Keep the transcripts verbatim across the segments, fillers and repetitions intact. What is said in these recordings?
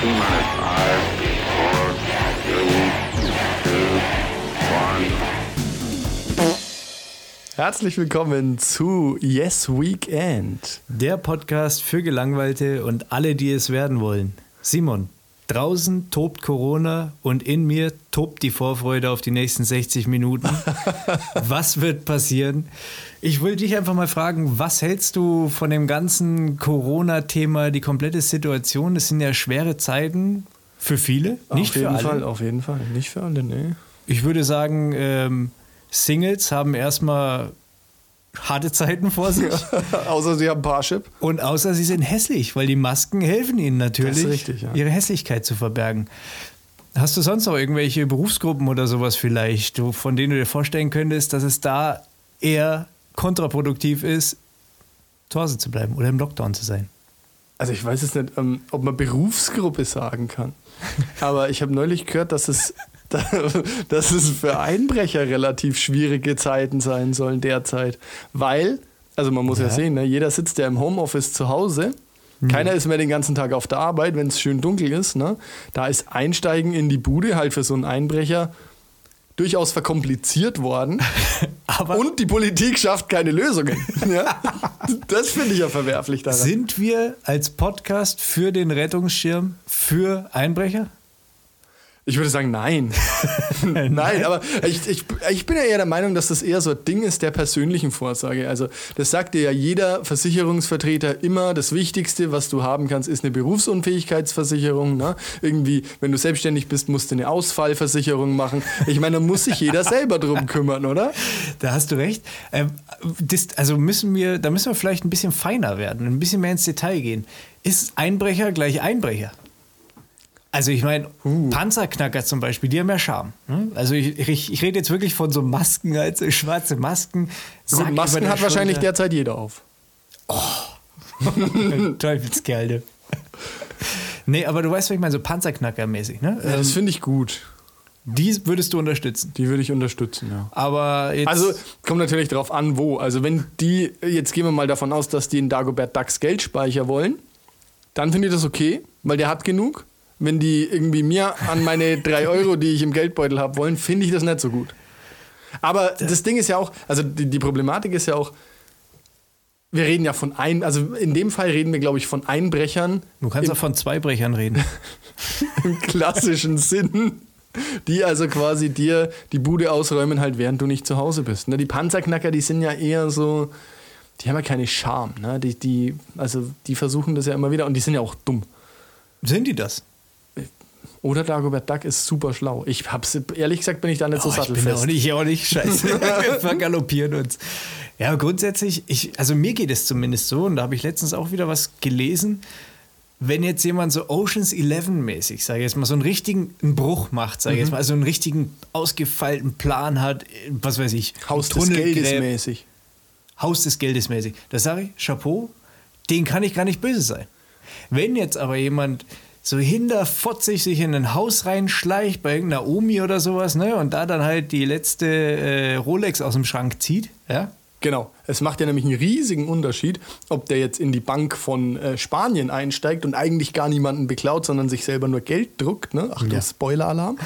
Herzlich willkommen zu Yes Weekend. Der Podcast für Gelangweilte und alle, die es werden wollen. Simon, draußen tobt Corona und in mir tobt die Vorfreude auf die nächsten sechzig Minuten. Was wird passieren? Ich will dich einfach mal fragen, was hältst du von dem ganzen Corona-Thema, die komplette Situation? Das sind ja schwere Zeiten für viele, nicht für alle. Auf jeden Fall, auf jeden Fall. Nicht für alle, ne. Ich würde sagen, ähm, Singles haben erstmal harte Zeiten vor sich. Außer sie haben Parship. Und außer sie sind hässlich, weil die Masken helfen ihnen natürlich, das ist richtig, ja. ihre Hässlichkeit zu verbergen. Hast du sonst noch irgendwelche Berufsgruppen oder sowas vielleicht, von denen du dir vorstellen könntest, dass es da eher kontraproduktiv ist, zu Hause zu bleiben oder im Lockdown zu sein? Also ich weiß jetzt nicht, ob man Berufsgruppe sagen kann. Aber ich habe neulich gehört, dass es, dass es für Einbrecher relativ schwierige Zeiten sein sollen derzeit. Weil, also man muss ja, ja sehen, ne, jeder sitzt ja im Homeoffice zu Hause. Mhm. Keiner ist mehr den ganzen Tag auf der Arbeit, wenn es schön dunkel ist. Ne? Da ist Einsteigen in die Bude halt für so einen Einbrecher durchaus verkompliziert worden. Aber und die Politik schafft keine Lösungen. Ja? Das finde ich ja verwerflich daran. Sind wir als Podcast für den Rettungsschirm für Einbrecher? Ich würde sagen, nein. nein. nein, aber ich, ich, ich bin ja eher der Meinung, dass das eher so ein Ding ist der persönlichen Vorsorge. Also das sagt dir ja jeder Versicherungsvertreter immer, das Wichtigste, was du haben kannst, ist eine Berufsunfähigkeitsversicherung. Ne? Irgendwie, wenn du selbstständig bist, musst du eine Ausfallversicherung machen. Ich meine, da muss sich jeder selber drum kümmern, oder? Da hast du recht. Ähm, das, also müssen wir, da müssen wir vielleicht ein bisschen feiner werden, ein bisschen mehr ins Detail gehen. Ist Einbrecher gleich Einbrecher? Also ich meine, uh. Panzerknacker zum Beispiel, die haben ja Charme. Ne? Also ich, ich, ich rede jetzt wirklich von so Masken, also schwarze Masken. Gut, Masken hat wahrscheinlich derzeit jeder auf. Oh, Teufelskerle. Nee, aber du weißt, was ich meine, so Panzerknacker-mäßig. Ne? Ja, das finde ich gut. Die würdest du unterstützen? Die würde ich unterstützen, ja. Aber jetzt also kommt natürlich drauf an, wo. Also wenn die, jetzt gehen wir mal davon aus, dass die in Dagobert Ducks Geldspeicher wollen, dann finde ich das okay, weil der hat genug. Wenn die irgendwie mir an meine drei Euro, die ich im Geldbeutel habe, wollen, finde ich das nicht so gut. Aber das Ding ist ja auch, also die, die Problematik ist ja auch, wir reden ja von ein, also in dem Fall reden wir, glaube ich, von Einbrechern. Du kannst im, auch von Zweibrechern reden. Im klassischen Sinn, die also quasi dir die Bude ausräumen, halt während du nicht zu Hause bist. Die Panzerknacker, die sind ja eher so, die haben ja keine Charme. Ne? Die, die, also die versuchen das ja immer wieder und die sind ja auch dumm. Sind die das? Oder Dagobert Duck ist super schlau. Ich hab's, ehrlich gesagt, bin ich da nicht so oh, sattelfest. Ich bin auch nicht, auch nicht scheiße. Wir vergaloppieren uns. Ja, grundsätzlich, ich, also mir geht es zumindest so, und da habe ich letztens auch wieder was gelesen, wenn jetzt jemand so Ocean's Eleven mäßig, sage ich jetzt mal, so einen richtigen einen Bruch macht, sage ich mhm. jetzt mal, also einen richtigen ausgefeilten Plan hat, was weiß ich. Haus des Geldes mäßig. Haus des Geldes mäßig. Das sage ich, Chapeau, den kann ich gar nicht böse sein. Wenn jetzt aber jemand so hinterfotzig sich in ein Haus reinschleicht bei irgendeiner Omi oder sowas, ne, und da dann halt die letzte äh, Rolex aus dem Schrank zieht, ja? Genau. Es macht ja nämlich einen riesigen Unterschied, ob der jetzt in die Bank von äh, Spanien einsteigt und eigentlich gar niemanden beklaut, sondern sich selber nur Geld druckt, ne? Achtung, ja. Spoiler-Alarm.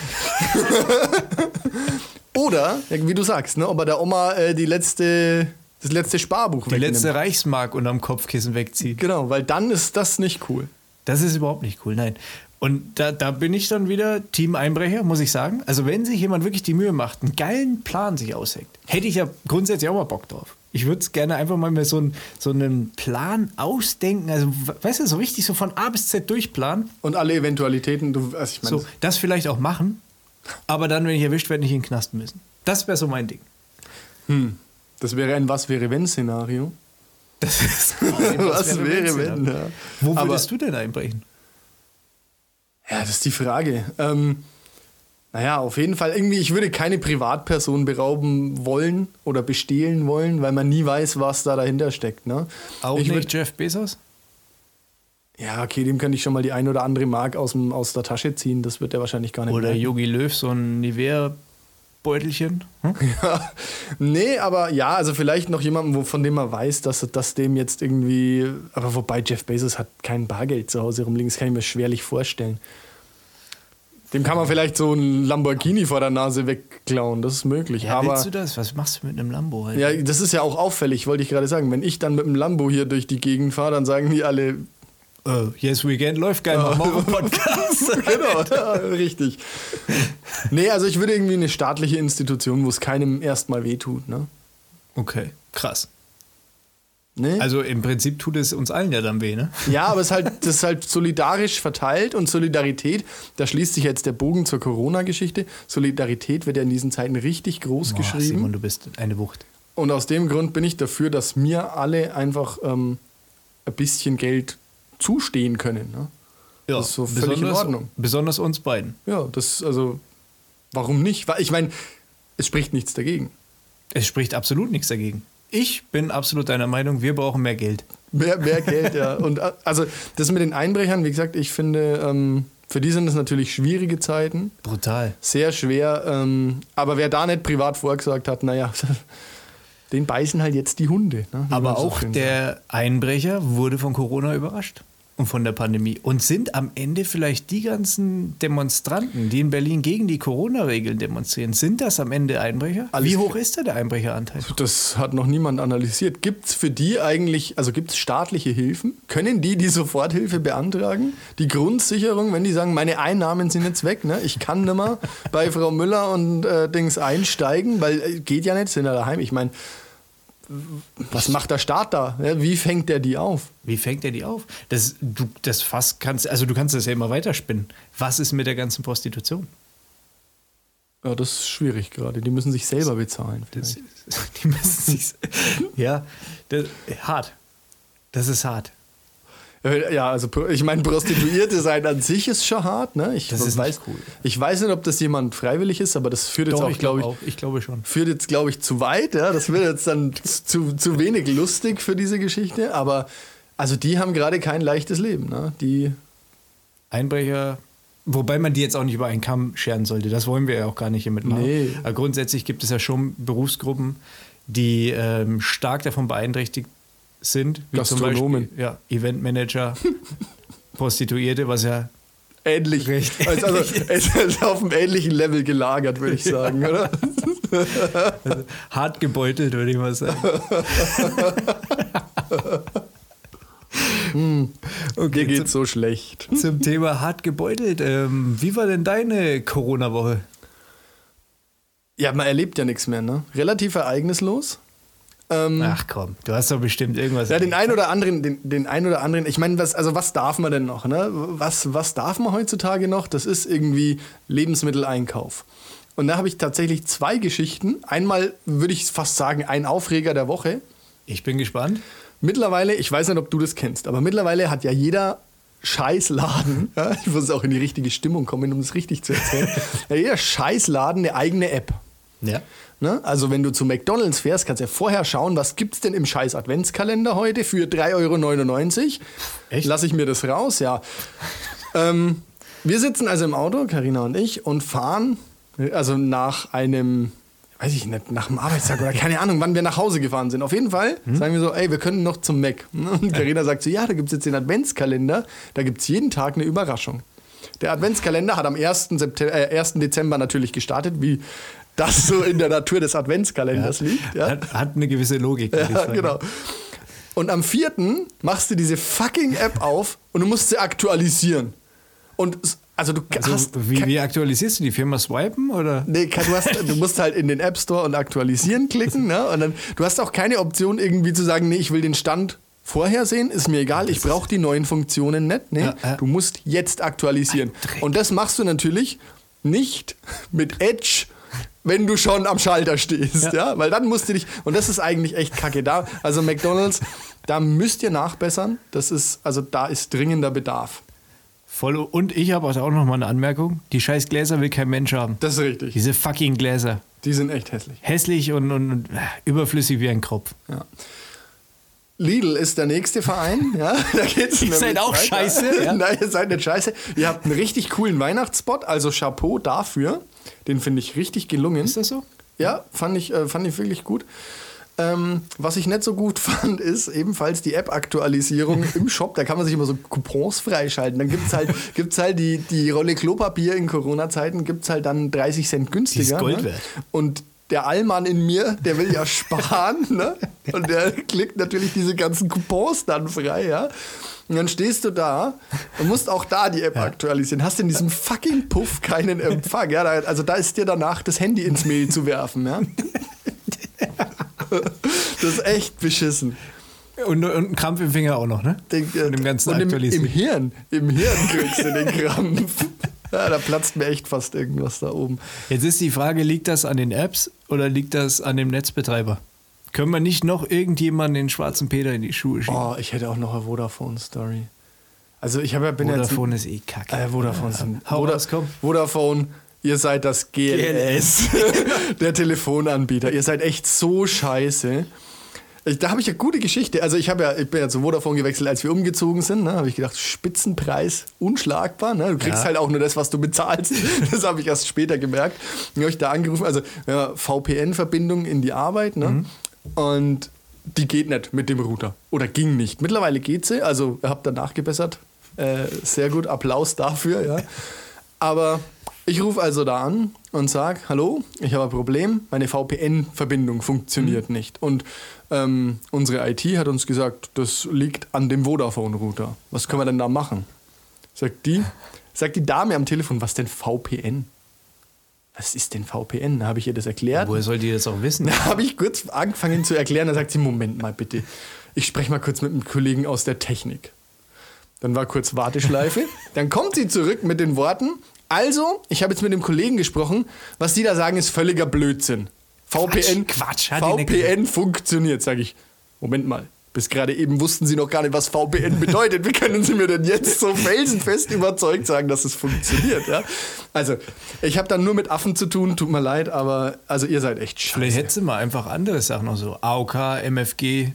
Oder, wie du sagst, ne, ob er der Oma äh, die letzte, das letzte Sparbuch Die wegnimmt. letzte Reichsmark unterm Kopfkissen wegzieht. Genau, weil dann ist das nicht cool. Das ist überhaupt nicht cool, nein. Und da, da bin ich dann wieder Team Einbrecher, muss ich sagen. Also wenn sich jemand wirklich die Mühe macht, einen geilen Plan sich ausheckt, hätte ich ja grundsätzlich auch mal Bock drauf. Ich würde es gerne einfach mal so, ein, so einen Plan ausdenken, also weißt du, so richtig so von A bis Z durchplanen. Und alle Eventualitäten, du, also ich meine... So, das vielleicht auch machen, aber dann, wenn ich erwischt werde, nicht in den Knast müssen. Das wäre so mein Ding. Hm, das wäre ein Was-wäre-wenn-Szenario. Das ist was wäre, wenn? Ja. Wo würdest Aber, du denn einbrechen? Ja, das ist die Frage. Ähm, naja, auf jeden Fall irgendwie, ich würde keine Privatperson berauben wollen oder bestehlen wollen, weil man nie weiß, was da dahinter steckt. Ne? Auch ich nicht würd, Jeff Bezos? Ja, okay, dem könnte ich schon mal die ein oder andere Mark aus, dem, aus der Tasche ziehen. Das wird er wahrscheinlich gar nicht Oder merken. Jogi Löw, so ein Nivea Beutelchen? Hm? Ja, nee, aber ja, also vielleicht noch jemanden, wo, von dem man weiß, dass, dass dem jetzt irgendwie, aber wobei Jeff Bezos hat kein Bargeld zu Hause rumliegen, das kann ich mir schwerlich vorstellen. Dem kann man vielleicht so ein Lamborghini vor der Nase wegklauen, das ist möglich. Ja, aber willst du das? Was machst du mit einem Lambo? Halt? ja, das ist ja auch auffällig, wollte ich gerade sagen. Wenn ich dann mit einem Lambo hier durch die Gegend fahre, dann sagen die alle, Oh, Yes Weekend läuft geil, machen wir auch einen Podcast. genau, ja, richtig. Nee, also ich würde irgendwie eine staatliche Institution, wo es keinem erstmal wehtut, ne? Okay, krass. Nee? Also im Prinzip tut es uns allen ja dann weh, ne? Ja, aber es ist halt, das ist halt solidarisch verteilt und Solidarität, da schließt sich jetzt der Bogen zur Corona-Geschichte. Solidarität wird ja in diesen Zeiten richtig groß Boah, geschrieben. Simon, du bist eine Wucht. Und aus dem Grund bin ich dafür, dass mir alle einfach ähm, ein bisschen Geld zustehen können. Ne? Ja, das ist so völlig in Ordnung. Besonders uns beiden. Ja, das, also, warum nicht? Weil ich meine, es spricht nichts dagegen. Es spricht absolut nichts dagegen. Ich bin absolut deiner Meinung, wir brauchen mehr Geld. Mehr, mehr Geld, ja. Und äh, also das mit den Einbrechern, wie gesagt, ich finde, ähm, für die sind es natürlich schwierige Zeiten. Brutal. Sehr schwer. Ähm, aber wer da nicht privat vorgesorgt hat, naja, den beißen halt jetzt die Hunde. Ne? Aber so auch schön der sagt. Einbrecher wurde von Corona überrascht und von der Pandemie. Und sind am Ende vielleicht die ganzen Demonstranten, die in Berlin gegen die Corona-Regeln demonstrieren, sind das am Ende Einbrecher? Alles Wie hoch ist da der Einbrecheranteil? Das hat noch niemand analysiert. Gibt es für die eigentlich, also gibt es staatliche Hilfen? Können die die Soforthilfe beantragen? Die Grundsicherung, wenn die sagen, meine Einnahmen sind jetzt weg, ne? Ich kann nicht mehr bei Frau Müller und äh, Dings einsteigen, weil äh, geht ja nicht, sind ja daheim. Ich meine, was macht der Staat da? Ja, wie fängt der die auf? Wie fängt er die auf? Das, du, das Fass kannst, also du kannst das ja immer weiterspinnen. Was ist mit der ganzen Prostitution? Ja, das ist schwierig gerade. Die müssen sich selber bezahlen. Das, die müssen sich, ja, das, hart. Das ist hart. Ja, also ich meine, Prostituierte sein an sich ist schon hart. Ne? Ich, Das ist weiß, nicht cool. Ich weiß nicht, ob das jemand freiwillig ist, aber das führt jetzt Doch, auch, ich glaube glaube ich, auch. Ich glaube schon. führt jetzt, glaube ich, zu weit. Ja? Das wird jetzt dann zu, zu wenig lustig für diese Geschichte. Aber also die haben gerade kein leichtes Leben. Ne? Die Einbrecher, wobei man die jetzt auch nicht über einen Kamm scheren sollte. Das wollen wir ja auch gar nicht hier mitmachen. Nee. Aber grundsätzlich gibt es ja schon Berufsgruppen, die ähm, stark davon beeinträchtigt sind. Wie Gastronomen. Zum Beispiel, ja, Eventmanager, Prostituierte, was ja ähnlich. Recht Also, also es ist auf einem ähnlichen Level gelagert, würde ich sagen, oder? also, hart gebeutelt, würde ich mal sagen. hm. Okay, Dir geht's so schlecht. Zum Thema hart gebeutelt. Ähm, wie war denn deine Corona-Woche? Ja, man erlebt ja nichts mehr, ne? Relativ ereignislos. Ähm, Ach komm, du hast doch bestimmt irgendwas. Ja, den einen oder anderen, den, den einen oder anderen, ich meine, was, also was darf man denn noch, ne? Was, was darf man heutzutage noch? Das ist irgendwie Lebensmitteleinkauf. Und da habe ich tatsächlich zwei Geschichten. Einmal würde ich fast sagen, ein Aufreger der Woche. Ich bin gespannt. Mittlerweile, ich weiß nicht, ob du das kennst, aber mittlerweile hat ja jeder Scheißladen, ja, ich muss auch in die richtige Stimmung kommen, um es richtig zu erzählen, ja, jeder Scheißladen eine eigene App. Ja. Ne? Also wenn du zu McDonald's fährst, kannst du ja vorher schauen, was gibt es denn im scheiß Adventskalender heute für drei Euro neunundneunzig. Echt? Lass ich mir das raus, ja. ähm, wir sitzen also im Auto, Carina und ich, und fahren, also nach einem, weiß ich nicht, nach dem Arbeitstag oder keine Ahnung, wann wir nach Hause gefahren sind. Auf jeden Fall hm? sagen wir so, ey, wir können noch zum Mac. Und Carina sagt so, ja, da gibt es jetzt den Adventskalender, da gibt es jeden Tag eine Überraschung. Der Adventskalender hat am ersten September, äh, ersten Dezember natürlich gestartet, wie das so in der Natur des Adventskalenders ja. liegt. Ja? Hat, hat eine gewisse Logik. Ja, genau. Und am vierten machst du diese fucking App auf und du musst sie aktualisieren. Und also du also, hast... Wie, wie aktualisierst du die Firma Swipen? Oder? Nee, du, hast, du musst halt in den App Store und aktualisieren klicken. Ne? Und dann, du hast auch keine Option irgendwie zu sagen, nee, ich will den Stand vorher sehen, ist mir egal, ich brauche die neuen Funktionen nicht. Nee, ja, ja. Du musst jetzt aktualisieren. Und das machst du natürlich nicht mit Edge, wenn du schon am Schalter stehst, ja. ja, weil dann musst du dich, und das ist eigentlich echt kacke da, also McDonald's, da müsst ihr nachbessern, das ist, also da ist dringender Bedarf. Voll, und ich habe auch noch mal eine Anmerkung, die scheiß Gläser will kein Mensch haben. Das ist richtig. Diese fucking Gläser. Die sind echt hässlich. Hässlich und, und, und überflüssig wie ein Kropf. Ja. Lidl ist der nächste Verein. Ja, da geht's Ihr seid auch weiter. scheiße. Ja? Nein, ihr seid nicht scheiße. Ihr habt einen richtig coolen Weihnachtsspot, also Chapeau dafür. Den finde ich richtig gelungen. Ist das so? Ja, fand ich, äh, fand ich wirklich gut. Ähm, was ich nicht so gut fand, ist ebenfalls die App-Aktualisierung im Shop. Da kann man sich immer so Coupons freischalten. Dann gibt es halt, gibt's halt die, die Rolle Klopapier in Corona-Zeiten, gibt es halt dann dreißig Cent günstiger. Die ist Gold ne? wert. Und der Allmann in mir, der will ja sparen, ne? Und der klickt natürlich diese ganzen Coupons dann frei, ja. Und dann stehst du da und musst auch da die App ja. aktualisieren. Hast in diesem fucking Puff keinen Empfang, ja. Also da ist dir danach das Handy ins Mail zu werfen, ja. Das ist echt beschissen. Und, und ein Krampf im Finger auch noch, ne? Den, äh, und im ganzen und im, Aktualisieren. im Hirn, im Hirn kriegst du den Krampf. Ja, da platzt mir echt fast irgendwas da oben. Jetzt ist die Frage, liegt das an den Apps oder liegt das an dem Netzbetreiber? Können wir nicht noch irgendjemanden den schwarzen Peter in die Schuhe schieben? Oh, ich hätte auch noch eine Vodafone-Story. Also ich habe ja... bin Vodafone jetzt, ist eh kacke. Äh, Vodafone, ja, sind, hau Voda, raus, komm. Vodafone, ihr seid das G L S, der Telefonanbieter. Ihr seid echt so scheiße. Ich, da habe ich ja gute Geschichte. Also ich, ja, ich bin ja zu Vodafone gewechselt, als wir umgezogen sind. Da ne? habe ich gedacht, Spitzenpreis, unschlagbar. Ne? Du kriegst ja. halt auch nur das, was du bezahlst. Das habe ich erst später gemerkt. Dann habe ich da angerufen, also ja, V P N-Verbindung in die Arbeit. Ne? Mhm. Und die geht nicht mit dem Router. Oder ging nicht. Mittlerweile geht sie. Also ihr habt da nachgebessert. Äh, sehr gut, Applaus dafür. Ja. Aber... Ich rufe also da an und sage, hallo, ich habe ein Problem, meine V P N-Verbindung funktioniert mhm. nicht. Und ähm, unsere I T hat uns gesagt, das liegt an dem Vodafone-Router. Was können wir denn da machen? Sagt die, sagt die Dame am Telefon, was denn V P N? Was ist denn V P N? Da habe ich ihr das erklärt. Woher soll die das auch wissen? Da habe ich kurz angefangen zu erklären, da sagt sie, Moment mal bitte, ich spreche mal kurz mit einem Kollegen aus der Technik. Dann war kurz Warteschleife. Dann kommt sie zurück mit den Worten, also, ich habe jetzt mit dem Kollegen gesprochen, was die da sagen, ist völliger Blödsinn. V P N, Quatsch, Quatsch, V P N funktioniert, sage ich. Moment mal, bis gerade eben wussten Sie noch gar nicht, was V P N bedeutet. Wie können Sie mir denn jetzt so felsenfest überzeugt sagen, dass es funktioniert? Ja? Also, ich habe dann nur mit Affen zu tun, tut mir leid, aber also ihr seid echt scheiße. Vielleicht hättest du mal einfach andere Sachen noch so. A O K, M F G,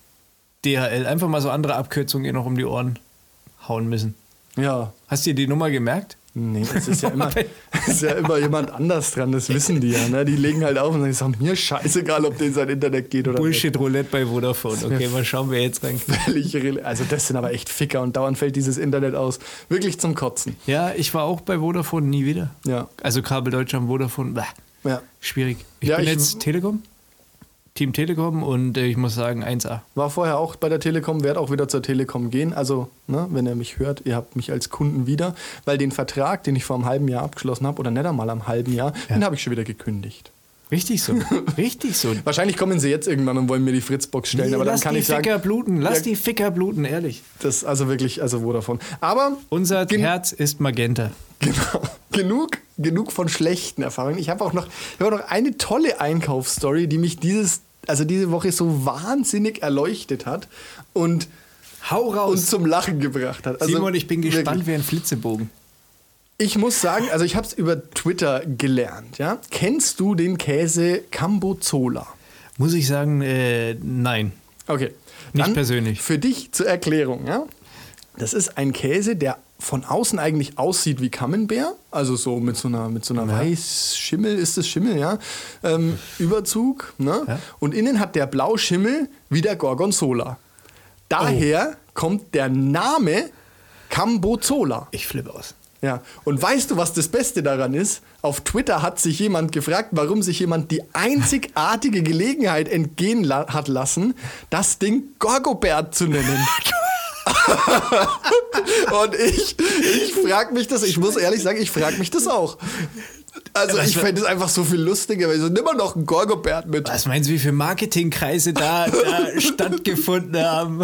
D H L, einfach mal so andere Abkürzungen ihr noch um die Ohren hauen müssen. Ja. Hast du dir die Nummer gemerkt? Nee, es ist ja immer, ist ja immer jemand anders dran, das wissen die ja. Ne? Die legen halt auf und sagen, es ist mir scheißegal, ob denen sein Internet geht oder Bullshit nicht. Roulette bei Vodafone. Okay, mal schauen, wer jetzt rein. Völlig irre. Also das sind aber echt Ficker und dauernd fällt dieses Internet aus. Wirklich zum Kotzen. Ja, ich war auch bei Vodafone nie wieder. Ja. Also Kabel Deutschland, Vodafone, bäh. Ja. Schwierig. Ich ja, bin ich jetzt Telekom. Team Telekom und äh, ich muss sagen eins A. War vorher auch bei der Telekom, werde auch wieder zur Telekom gehen. Also, ne, wenn ihr mich hört, ihr habt mich als Kunden wieder. Weil den Vertrag, den ich vor einem halben Jahr abgeschlossen habe, oder nicht einmal am halben Jahr, ja. den habe ich schon wieder gekündigt. Richtig so, richtig so. Wahrscheinlich kommen sie jetzt irgendwann und wollen mir die Fritzbox stellen. Nee, aber dann lass kann die ich sagen, Ficker bluten, lass ja, die Ficker bluten, ehrlich. Das also wirklich, also wo davon. Aber unser Herz ist Magenta. Genau. Genug, genug von schlechten Erfahrungen. Ich habe auch noch, ich habe noch eine tolle Einkaufsstory, die mich dieses also diese Woche so wahnsinnig erleuchtet hat und, Hau raus. und zum Lachen gebracht hat. Also Simon, ich bin gespannt wirklich. wie ein Flitzebogen. Ich muss sagen, also ich habe es über Twitter gelernt. Ja? Kennst du den Käse Cambozola? Muss ich sagen, äh, nein. Okay. Nicht Dann persönlich. Für dich zur Erklärung. Ja? Das ist ein Käse, der von außen eigentlich aussieht wie Camembert, also so mit so einer, mit so einer ja. Weiß-Schimmel, ist das Schimmel, ja, ähm, Überzug, ne? Ja. Und innen hat der Blauschimmel wie der Gorgonzola. Daher oh. kommt der Name Cambozola. Ich flippe aus. Ja, und weißt du, was das Beste daran ist? Auf Twitter hat sich jemand gefragt, warum sich jemand die einzigartige Gelegenheit entgehen la- hat lassen, das Ding Gorgobert zu nennen. Und ich, ich frage mich das, ich muss ehrlich sagen, ich frage mich das auch. Also ich fände es einfach so viel lustiger, weil so nimm mal noch einen Gorgobert mit. Was meinst du, wie viele Marketingkreise da, da stattgefunden haben?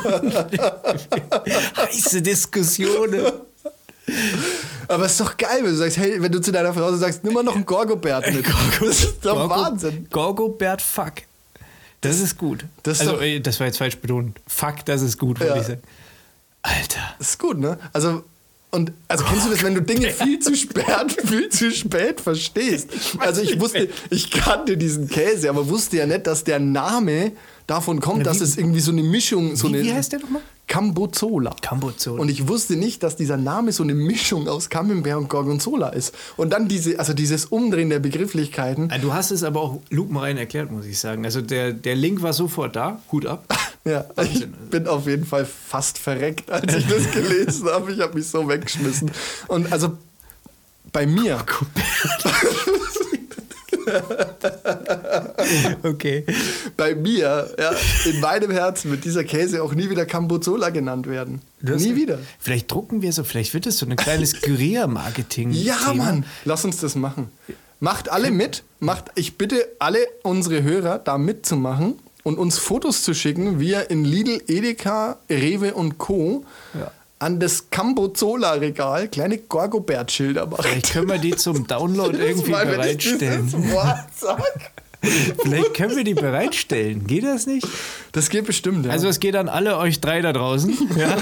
Heiße Diskussionen. Aber es ist doch geil, wenn du sagst, hey, wenn du zu deiner Frau sagst, nimm mal noch einen Gorgobert mit. Gorgo, das ist doch Gorgo, Wahnsinn. Gorgobert, fuck. Das, das ist gut. Das ist also, doch, das war jetzt falsch betont. Fuck, das ist gut, würde ja. ich sagen. Alter. Das ist gut, ne? Also, und, also kennst du das, wenn du Dinge viel zu spät, viel zu spät verstehst? Also ich wusste, ich kannte diesen Käse, aber wusste ja nicht, dass der Name davon kommt, Na, dass wie- es irgendwie so eine Mischung, so Wie, eine wie heißt der nochmal? Cambozola. Cambozola. Und ich wusste nicht, dass dieser Name so eine Mischung aus Camembert und Gorgonzola ist. Und dann diese, also dieses Umdrehen der Begrifflichkeiten. Du hast es aber auch lupenrein erklärt, muss ich sagen. Also der, der Link war sofort da. Hut ab. Ja, ich bin auf jeden Fall fast verreckt, als ich das gelesen habe. Ich habe mich so weggeschmissen. Und also bei mir. Okay. Bei mir, ja, in meinem Herzen wird dieser Käse auch nie wieder Cambozola genannt werden. Das- Nie wieder. Vielleicht drucken wir so, vielleicht wird das so ein kleines Guerilla-Marketing. Ja, Mann, lass uns das machen. Macht alle mit. Macht, ich bitte alle unsere Hörer, da mitzumachen und uns Fotos zu schicken, wie ihr in Lidl, Edeka, Rewe und Co. Ja. an das Cambozola-Regal kleine Gorgobert-Schilder macht. Vielleicht können wir die zum Download irgendwie Mal, wenn ich bereitstellen. dieses Wort sag. Vielleicht können wir die bereitstellen. Geht das nicht? Das geht bestimmt, ja. Also es geht an alle euch drei da draußen. Ja.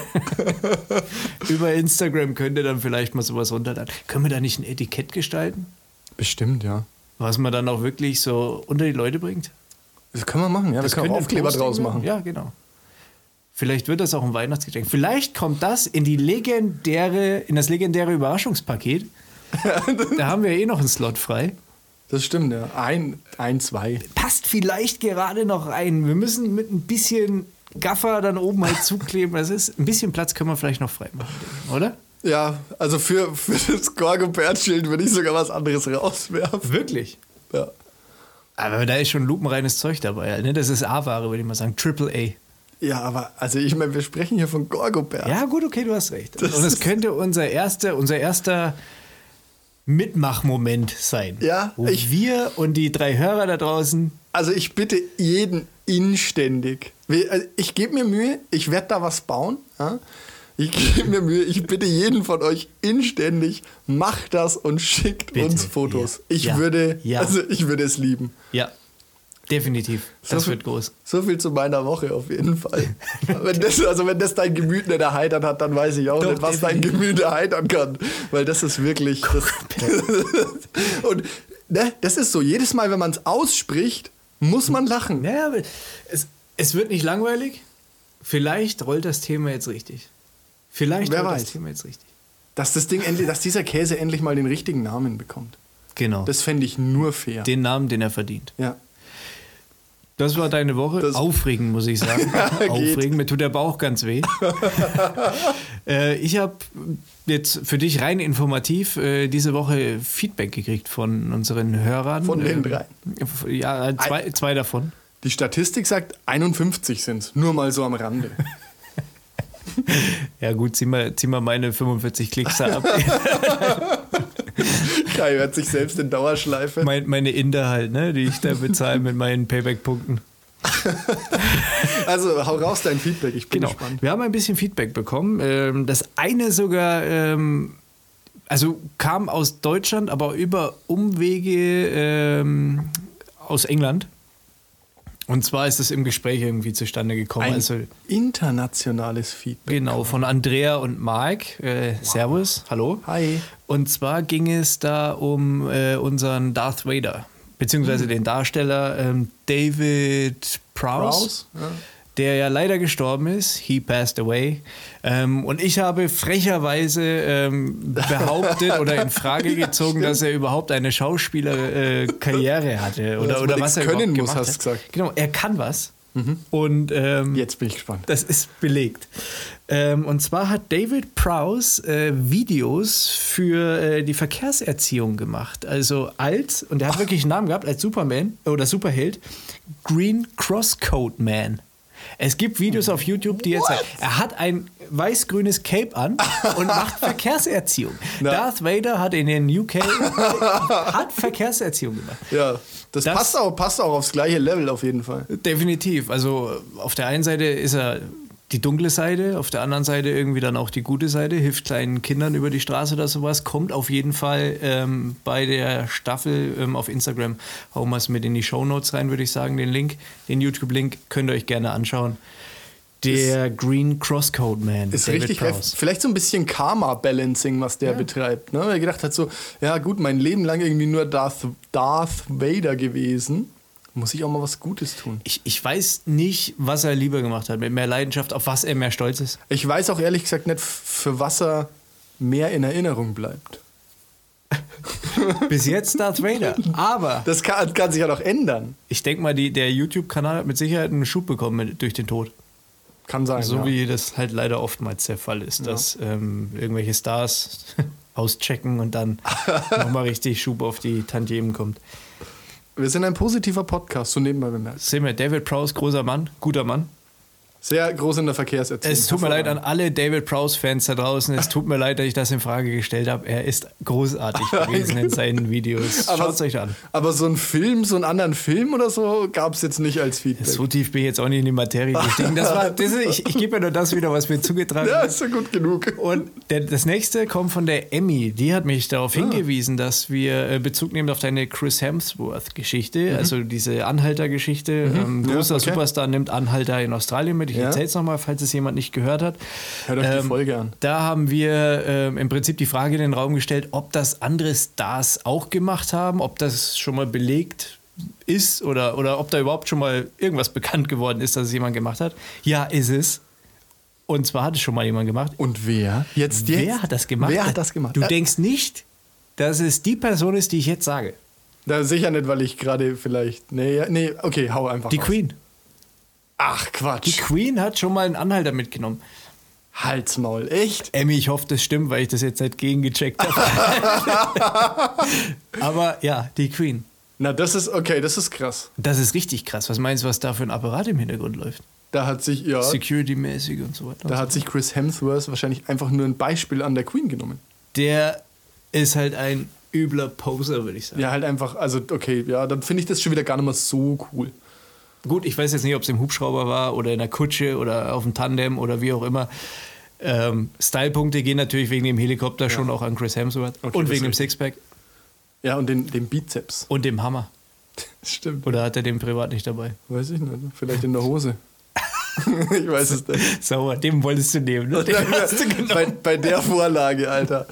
Über Instagram könnt ihr dann vielleicht mal sowas runterladen. Können wir da nicht ein Etikett gestalten? bestimmt, ja. Was man dann auch wirklich so unter die Leute bringt? Das können wir machen, ja. Das wir können könnte ein Aufkleber Posting draus werden. machen. Ja, genau. Vielleicht wird das auch ein Weihnachtsgeschenk. Vielleicht kommt das in die legendäre, in das legendäre Überraschungspaket. Da haben wir eh noch einen Slot frei. Das stimmt, ja. Ein, ein, zwei. Passt vielleicht gerade noch ein. Wir müssen mit ein bisschen Gaffer dann oben halt zukleben. Das ist, ein bisschen Platz können wir vielleicht noch frei machen, oder? Ja, also für, für das Gorgobert-Schild würde ich sogar was anderes rauswerfen. Wirklich? Ja. Aber da ist schon lupenreines Zeug dabei. Ne? Das ist A-Ware, würde ich mal sagen. Triple A. Ja, aber also ich meine, wir sprechen hier von Gorgobert. Ja, gut, okay, du hast recht. Das Und es ist- könnte unser erster, unser erster Mitmachmoment sein. Ja, wo ich- wir und die drei Hörer da draußen. Also ich bitte jeden inständig. Wir- also Ich gebe mir Mühe, ich werde da was bauen. Ja? Ich gebe mir Mühe, ich bitte jeden von euch inständig, macht das und schickt Bitte, uns Fotos. ja. Ich Ja. würde, Ja. also ich würde es lieben. Ja, definitiv. Das so wird viel, groß. So viel zu meiner Woche auf jeden Fall. wenn das, also wenn das dein Gemüt nicht erheitert hat, dann weiß ich auch Doch, nicht, was dein definitiv. Gemüt erheitern kann. Weil das ist wirklich... Das, und ne, das ist so, jedes Mal, wenn man es ausspricht, muss man lachen. Naja, aber es, es wird nicht langweilig. Vielleicht rollt das Thema jetzt richtig. Vielleicht Wer rollt weiß. das Thema jetzt richtig. Dass das Ding endlich, dass dieser Käse endlich mal den richtigen Namen bekommt. Genau. Das fände ich nur fair. Den Namen, den er verdient. Ja. Das war deine Woche. Das- Aufregend, muss ich sagen. Aufregend, mir tut der Bauch ganz weh. äh, ich habe jetzt für dich rein informativ äh, diese Woche Feedback gekriegt von unseren Hörern. Von den Ähm, drei? Ja, zwei, zwei davon. Die Statistik sagt, einundfünfzig sind es. Nur mal so am Rande. Ja gut, zieh mal, zieh mal meine fünfundvierzig Klicks da ab. Kai hört sich selbst in Dauerschleife. mein, meine Inder halt, ne, die ich da bezahle mit meinen Payback-Punkten. Also hau raus dein Feedback, ich bin Genau. gespannt. Wir haben ein bisschen Feedback bekommen. Ähm, Das eine sogar, ähm, also kam aus Deutschland, aber über Umwege ähm, aus England. Und zwar ist es im Gespräch irgendwie zustande gekommen. Ein Also internationales Feedback. genau, von Andrea und Mark. Äh, Servus, hallo. Hi. Und zwar ging es da um äh, unseren Darth Vader, beziehungsweise den Darsteller ähm, David Prowse, Raus? Ja. der ja leider gestorben ist. He passed away. Ähm, und ich habe frecherweise ähm, behauptet oder in Frage gezogen, dass er überhaupt eine Schauspielerkarriere äh, hatte. Oder, dass man oder nichts was er können überhaupt muss, gemacht hast hat. du gesagt. Genau, er kann was. Und ähm, Jetzt bin ich gespannt. das ist belegt. Ähm, und zwar hat David Prowse äh, Videos für äh, die Verkehrserziehung gemacht. Also als, und er hat wirklich einen Namen gehabt, als Superman oder Superheld, Green Crosscoat Man. Es gibt Videos auf YouTube, die jetzt What? sagen, er hat ein weiß-grünes Cape an und macht Verkehrserziehung. Na. Darth Vader hat in den U K hat Verkehrserziehung gemacht. Ja, das, Das- passt, auch, passt auch aufs gleiche Level auf jeden Fall. Definitiv. Also auf der einen Seite ist er die dunkle Seite, auf der anderen Seite irgendwie dann auch die gute Seite, hilft kleinen Kindern über die Straße oder sowas, kommt auf jeden Fall ähm, bei der Staffel ähm, auf Instagram, hauen wir es mit in die Shownotes rein, würde ich sagen, den Link, den YouTube-Link könnt ihr euch gerne anschauen. Der Green Crosscoat Man. Ist David richtig, Prowse. vielleicht so ein bisschen Karma-Balancing, was der betreibt. Ne? Er gedacht hat so, ja gut, mein Leben lang irgendwie nur Darth, Darth Vader gewesen. Muss ich auch mal was Gutes tun. Ich, ich weiß nicht, was er lieber gemacht hat, mit mehr Leidenschaft, auf was er mehr stolz ist. Ich weiß auch ehrlich gesagt nicht, für was er mehr in Erinnerung bleibt. Bis jetzt Darth Vader. Aber das kann, kann sich ja noch ändern. Ich denke mal, die, der YouTube-Kanal hat mit Sicherheit einen Schub bekommen mit, durch den Tod. Kann sein, So ja. wie das halt leider oftmals der Fall ist, ja. dass ähm, irgendwelche Stars auschecken und dann nochmal richtig Schub auf die Tantiemen kommt. Wir sind ein positiver Podcast, so nebenbei bemerkt. Sehen wir, David Prowse, großer Mann, guter Mann. Sehr groß in der Verkehrserziehung. Es tut mir leid an alle David Prowse-Fans da draußen. Es tut mir leid, dass ich das in Frage gestellt habe. Er ist großartig gewesen in seinen Videos. Schaut es euch an. Aber so einen Film, so einen anderen Film oder so, gab es jetzt nicht als Feedback. So tief bin ich jetzt auch nicht in die Materie gestiegen. Das war, das ist, ich ich gebe ja nur das wieder, was mir zugetragen Ja, wird. ist ja gut genug. Und der, das nächste kommt von der Emmy. Die hat mich darauf Ah. hingewiesen, dass wir äh, Bezug nehmen auf deine Chris Hemsworth-Geschichte, mhm. also diese Anhalter-Geschichte. Mhm. Ähm, großer Ja, okay. Superstar nimmt Anhalter in Australien mit. Ich Ja. erzähle es nochmal, falls es jemand nicht gehört hat. Hört euch Ähm, die Folge an. Da haben wir ähm, im Prinzip die Frage in den Raum gestellt, ob das andere Stars auch gemacht haben, ob das schon mal belegt ist oder, oder ob da überhaupt schon mal irgendwas bekannt geworden ist, dass es jemand gemacht hat. Ja, ist es. Und zwar hat es schon mal jemand gemacht. Und wer? Jetzt, jetzt? Wer hat das gemacht? Wer hat das gemacht? Du Äh, denkst nicht, dass es die Person ist, die ich jetzt sage. Na, sicher nicht, weil ich gerade vielleicht... Nee, ja, nee, okay, hau einfach Die raus. Queen. Ach, Quatsch. Die Queen hat schon mal einen Anhalter mitgenommen. Halsmaul, echt? Emmy, ich hoffe, das stimmt, weil ich das jetzt nicht gegengecheckt habe. Aber ja, die Queen. Na, das ist, okay, das ist krass. Das ist richtig krass. Was meinst du, was da für ein Apparat im Hintergrund läuft? Da hat sich, ja, Security-mäßig und so weiter. da hat sich Chris Hemsworth wahrscheinlich einfach nur ein Beispiel an der Queen genommen. Der ist halt ein übler Poser, würde ich sagen. Ja, halt einfach, also okay, ja, dann finde ich das schon wieder gar nicht mal so cool. Gut, ich weiß jetzt nicht, ob es im Hubschrauber war oder in der Kutsche oder auf dem Tandem oder wie auch immer. Ähm, Stylepunkte gehen natürlich wegen dem Helikopter ja. schon auch an Chris Hemsworth Okay, und wegen dem richtig. Sixpack Ja, und den, den Bizeps. und dem Hammer. Stimmt. Oder hat er den privat nicht dabei? Weiß ich nicht, vielleicht in der Hose. Ich weiß es nicht. Sauer, den wolltest du nehmen. Ne? Den hast du genommen. bei, bei der Vorlage, Alter.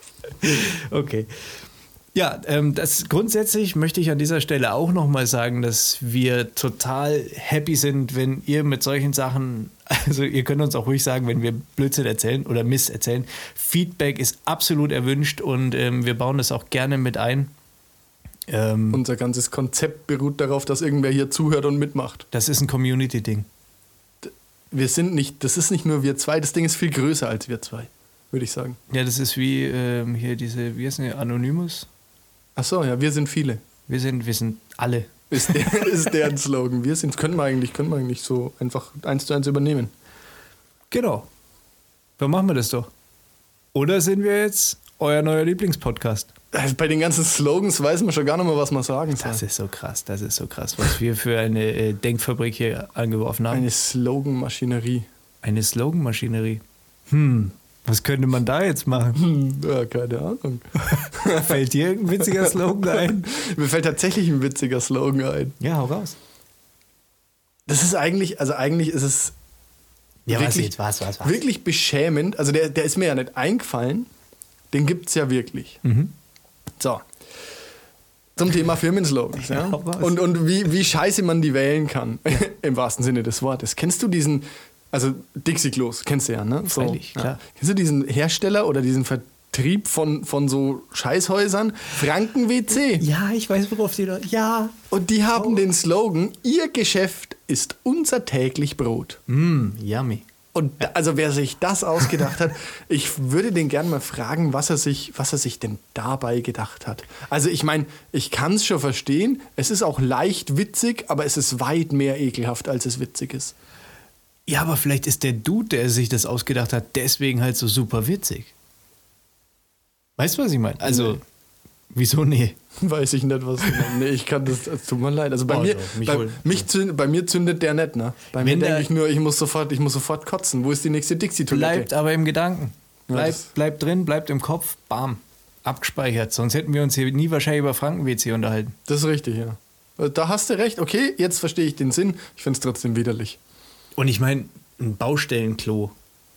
Okay. Ja, ähm, das grundsätzlich möchte ich an dieser Stelle auch nochmal sagen, dass wir total happy sind, wenn ihr mit solchen Sachen, also ihr könnt uns auch ruhig sagen, wenn wir Blödsinn erzählen oder Mist erzählen. Feedback ist absolut erwünscht und ähm, wir bauen das auch gerne mit ein. Ähm, Unser ganzes Konzept beruht darauf, dass irgendwer hier zuhört und mitmacht. das ist ein Community-Ding. Wir sind nicht, das ist nicht nur wir zwei, das Ding ist viel größer als wir zwei, würde ich sagen. Ja, das ist wie ähm, hier diese, wie heißt denn der, Anonymous? Ach so, ja, wir sind viele. Wir sind, wir sind alle. Ist, der, ist deren Slogan. Wir sind, können wir eigentlich, können wir eigentlich so einfach eins zu eins übernehmen. Genau. Dann machen wir das doch. Oder sind wir jetzt euer neuer Lieblingspodcast? Also bei den ganzen Slogans weiß man schon gar nicht mehr, was man sagen soll. Das ist so krass, das ist so krass, was wir für eine äh, Denkfabrik hier angeworfen haben. Eine Slogan-Maschinerie. Eine Slogan-Maschinerie. Hm, was könnte man da jetzt machen? Hm, ja, keine Ahnung. Fällt dir irgendein witziger Slogan ein? Mir fällt tatsächlich ein witziger Slogan ein. Ja, hau raus. Das ist eigentlich, also eigentlich ist es Ja, was wirklich, jetzt? Was, was, was? wirklich beschämend. Also der, der ist mir ja nicht eingefallen. Den gibt es ja wirklich. Mhm. So. Zum Thema Firmenslogans. Ja? hau raus. Und, und wie, wie scheiße man die wählen kann. Im wahrsten Sinne des Wortes. Kennst du diesen, also Dixie-Klos, kennst du ja, ne? So, Freilich, klar. Ja. Kennst du diesen Hersteller oder diesen Vertrieb von, von so Scheißhäusern? Franken W C. Ja, ich weiß, worauf die da. Ja. Und die haben den Slogan, ihr Geschäft ist unser täglich Brot. Mm, yummy. Und da, also wer sich das ausgedacht hat, ich würde den gerne mal fragen, was er sich, was er sich denn dabei gedacht hat. Also ich meine, ich kann es schon verstehen, es ist auch leicht witzig, aber es ist weit mehr ekelhaft, als es witzig ist. Ja, aber vielleicht ist der Dude, der sich das ausgedacht hat, deswegen halt so super witzig. Weißt du, was ich meine? Also, Nee. wieso nee? Weiß ich nicht, was. Nee, ich kann das, es tut mir leid. Also bei Oh, mir, doch, mich bei, wohl. mich zünd, bei mir zündet der nicht, ne? Bei Wenn mir der- denke ich nur, ich muss sofort, ich muss sofort kotzen. Wo ist die nächste Dixie-Toilette? Bleibt aber im Gedanken. Ja, Bleibt, das- bleibt drin, bleibt im Kopf, bam, abgespeichert. Sonst hätten wir uns hier nie wahrscheinlich über Franken-W C unterhalten. Das ist richtig, ja. Da hast du recht. Okay, jetzt verstehe ich den Sinn. Ich finde es trotzdem widerlich. Und ich meine, ein Baustellenklo.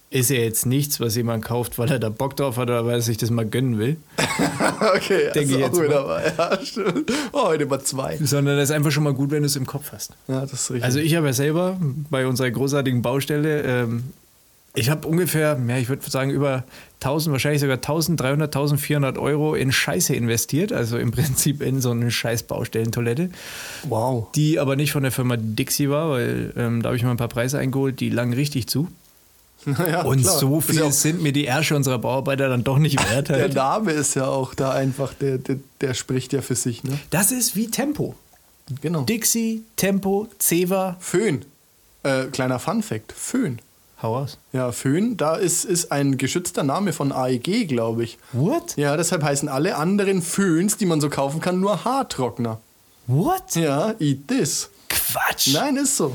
ist ja jetzt nichts, was jemand kauft, weil er da Bock drauf hat oder weil er sich das mal gönnen will. Okay, denke ich jetzt mal. Dabei. Ja, stimmt. Oh, heute mal zwei. Sondern das ist einfach schon mal gut, wenn du es im Kopf hast. Ja, das ist richtig. Also ich habe ja selber bei unserer großartigen Baustelle, ähm, ich habe ungefähr, ja, ich würde sagen über tausend, wahrscheinlich sogar dreizehnhundert, eintausendvierhundert Euro in Scheiße investiert, also im Prinzip in so eine scheiß Baustellentoilette. Wow. Die aber nicht von der Firma Dixie war, weil ähm, da habe ich mal ein paar Preise eingeholt, die lagen richtig zu. Ja, und klar. so Ist viel ja auch, sind mir die Ärsche unserer Bauarbeiter dann doch nicht wert. der Halt. Name ist ja auch da einfach, der, der, der spricht ja für sich. Ne? Das ist wie Tempo. Genau. Dixie, Tempo, Ceva. Föhn. Äh, kleiner Funfact. Föhn. Hau aus. Ja, Föhn, da ist, ist ein geschützter Name von A E G, glaube ich. What? Ja, deshalb heißen alle anderen Föhns, die man so kaufen kann, nur Haartrockner. What? Ja, eat this. Quatsch. Nein, ist so.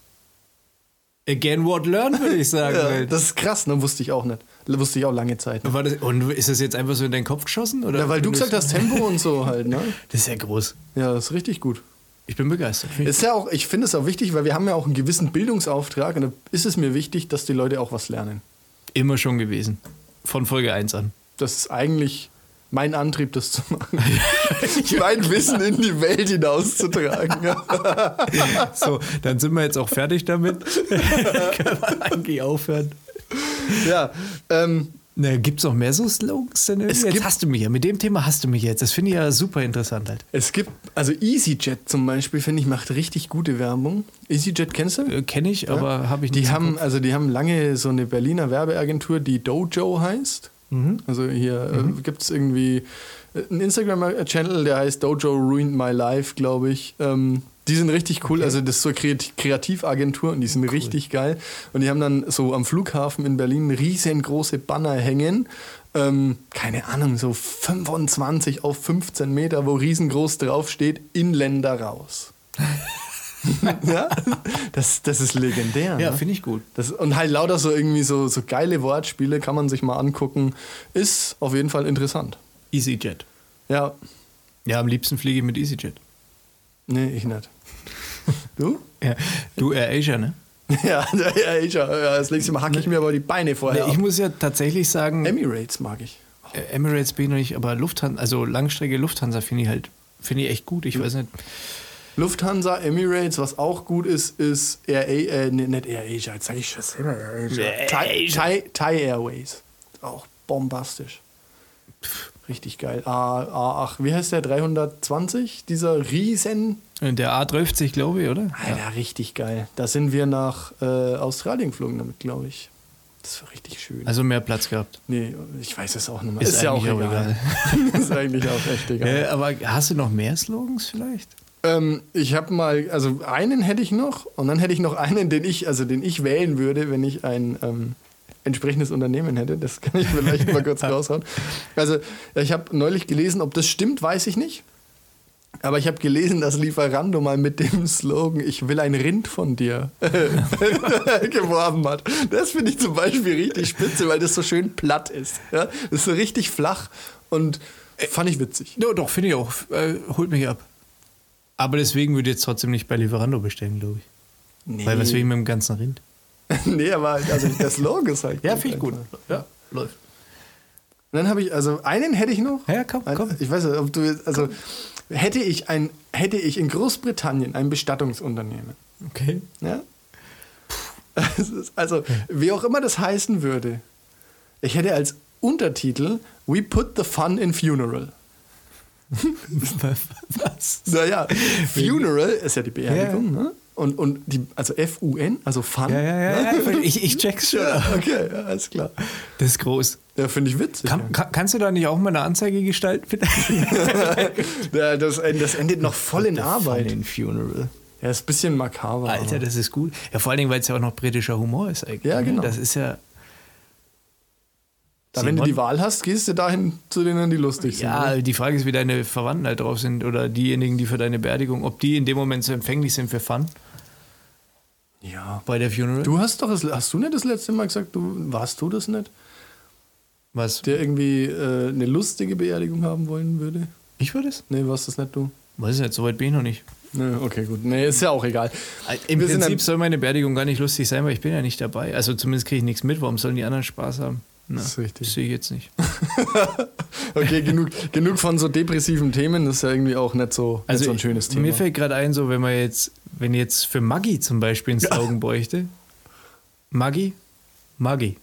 Again what learned, würde ich sagen. Ja, weil- das ist krass, ne? Wusste ich auch nicht. Wusste ich auch lange Zeit nicht. War das, und ist das jetzt einfach so in deinen Kopf geschossen? Oder Ja, weil du gesagt hast, Tempo und so halt, ne? Das ist ja groß. Ja, das ist richtig gut. Ich bin begeistert. Ist ja auch, ich finde es auch wichtig, weil wir haben ja auch einen gewissen Bildungsauftrag und da ist es mir wichtig, dass die Leute auch was lernen. Immer schon gewesen. Von Folge eins an. Das ist eigentlich mein Antrieb, das zu machen. mein Wissen in die Welt hinauszutragen. So, dann sind wir jetzt auch fertig damit. Können wir eigentlich aufhören. Ja, ähm, Na, gibt es noch mehr so Slogans? Denn Es jetzt gibt- hast du mich ja. Mit dem Thema hast du mich jetzt. Das finde ich ja super interessant halt. es gibt, also EasyJet zum Beispiel, finde ich, macht richtig gute Werbung. EasyJet kennst du? Äh, Kenne ich, aber habe ich Die nicht. im haben, Kopf. also die haben lange so eine Berliner Werbeagentur, die Dojo heißt. Mhm. Also hier äh, gibt es irgendwie einen Instagram-Channel, der heißt Dojo Ruined My Life, glaube ich. Ähm, die sind richtig cool, also das ist so eine Kreat- Kreativagentur und die sind richtig geil. Und die haben dann so am Flughafen in Berlin riesengroße Banner hängen. Ähm, keine Ahnung, so fünfundzwanzig auf fünfzehn Meter, wo riesengroß draufsteht, Inländer raus. Ja, das, das ist legendär. Ja, ne? finde ich gut. Das, und halt lauter so irgendwie so, so geile Wortspiele kann man sich mal angucken. Ist auf jeden Fall interessant. EasyJet. Ja, Ja, am liebsten fliege ich mit EasyJet. nee, ich nicht. Du? Ja. Du, Air Asia, ne? Ja, ja, ich, ja, das nächste Mal hacke ich mir aber die Beine vorher Nee, ich ab. muss ja tatsächlich sagen, Emirates mag ich. äh, Emirates bin ich noch nicht, aber Lufthansa, also Langstrecke Lufthansa finde ich halt, finde ich echt gut. Ich weiß nicht. Lufthansa, Emirates, was auch gut ist, ist Air A, äh, nee, nicht Air Asia, jetzt sage ich schon selber Air Asia. Air Thai, Asia. Thai, Thai Airways. Auch bombastisch. Richtig geil. A, A, ach, wie heißt der? dreihundertzwanzig? Dieser riesen... Der A dreißig, glaube ich, oder? Alter, richtig geil. Da sind wir nach äh, Australien geflogen damit, glaube ich. Das war richtig schön. Also mehr Platz gehabt. Nee, ich weiß es auch nicht mehr. Ist ja auch eigentlich auch egal. Ist eigentlich auch echt egal. Äh, aber hast du noch mehr Slogans vielleicht? Ähm, ich habe mal, also einen hätte ich noch und dann hätte ich noch einen, den ich, also den ich wählen würde, wenn ich ein ähm, entsprechendes Unternehmen hätte. Das kann ich vielleicht mal kurz raushauen. Also ich habe neulich gelesen, ob das stimmt, weiß ich nicht. Aber ich habe gelesen, dass Lieferando mal mit dem Slogan "Ich will ein Rind von dir" geworben hat. Das finde ich zum Beispiel richtig spitze, weil das so schön platt ist. Ja? Das ist so richtig flach und fand ich witzig. Ja, doch, finde ich auch. Äh, holt mich ab. Aber deswegen würde ich jetzt trotzdem nicht bei Lieferando bestellen, glaube ich. Nee, Weil was will ich mit dem ganzen Rind? nee, aber also der Slogan ist halt Ja, finde ich gut. einfach. Ja, läuft. Und dann habe ich, also einen hätte ich noch. Ja, komm, Ein- komm. Ich weiß nicht, ob du jetzt, also hätte ich ein, hätte ich in Großbritannien ein Bestattungsunternehmen. Okay. Ja? Es ist, also, wie auch immer das heißen würde, ich hätte als Untertitel "We put the fun in funeral". Was? Naja, Funeral ist ja die Beerdigung, ne? Und, und die, also F U N, also Fun. Ja, ja, ja, ne? ja. Ich, ich check's schon. Ja, okay, ja, alles klar. Das ist groß. Ja, finde ich witzig. Kann, kann, kannst du da nicht auch mal eine Anzeige gestalten, bitte? ja, das, das endet noch voll in Arbeit. Den Funeral. Ja, ist ein bisschen makaber. Alter, aber- das ist gut. Ja, vor allen Dingen, weil es ja auch noch britischer Humor ist eigentlich. Ja, ne? genau. Das ist ja. Da, wenn du Simon? die Wahl hast, gehst du dahin zu denen, die lustig sind. Ja, ne? die Frage ist, wie deine Verwandten halt drauf sind oder diejenigen, die für deine Beerdigung, ob die in dem Moment so empfänglich sind für Fun ja. bei der Funeral. Du hast doch, das, hast du nicht das letzte Mal gesagt, du warst du das nicht, Was? der irgendwie äh, eine lustige Beerdigung haben wollen würde? Ich war das? Nee, warst das nicht du? Weiß ich nicht, so weit bin ich noch nicht. Ne, okay, gut. Nee, ist ja auch egal. Im Wir sind Prinzip dann- soll meine Beerdigung gar nicht lustig sein, weil ich bin ja nicht dabei. Also zumindest kriege ich nichts mit. Warum sollen die anderen Spaß haben? Na, Das ist richtig. Das sehe ich jetzt nicht. Okay, genug, genug von so depressiven Themen. Das ist ja irgendwie auch nicht so, Also nicht so ein schönes Thema. Mir fällt gerade ein, so wenn man jetzt, wenn jetzt für Maggi zum Beispiel einen Slogan bräuchte. Maggi, Maggi.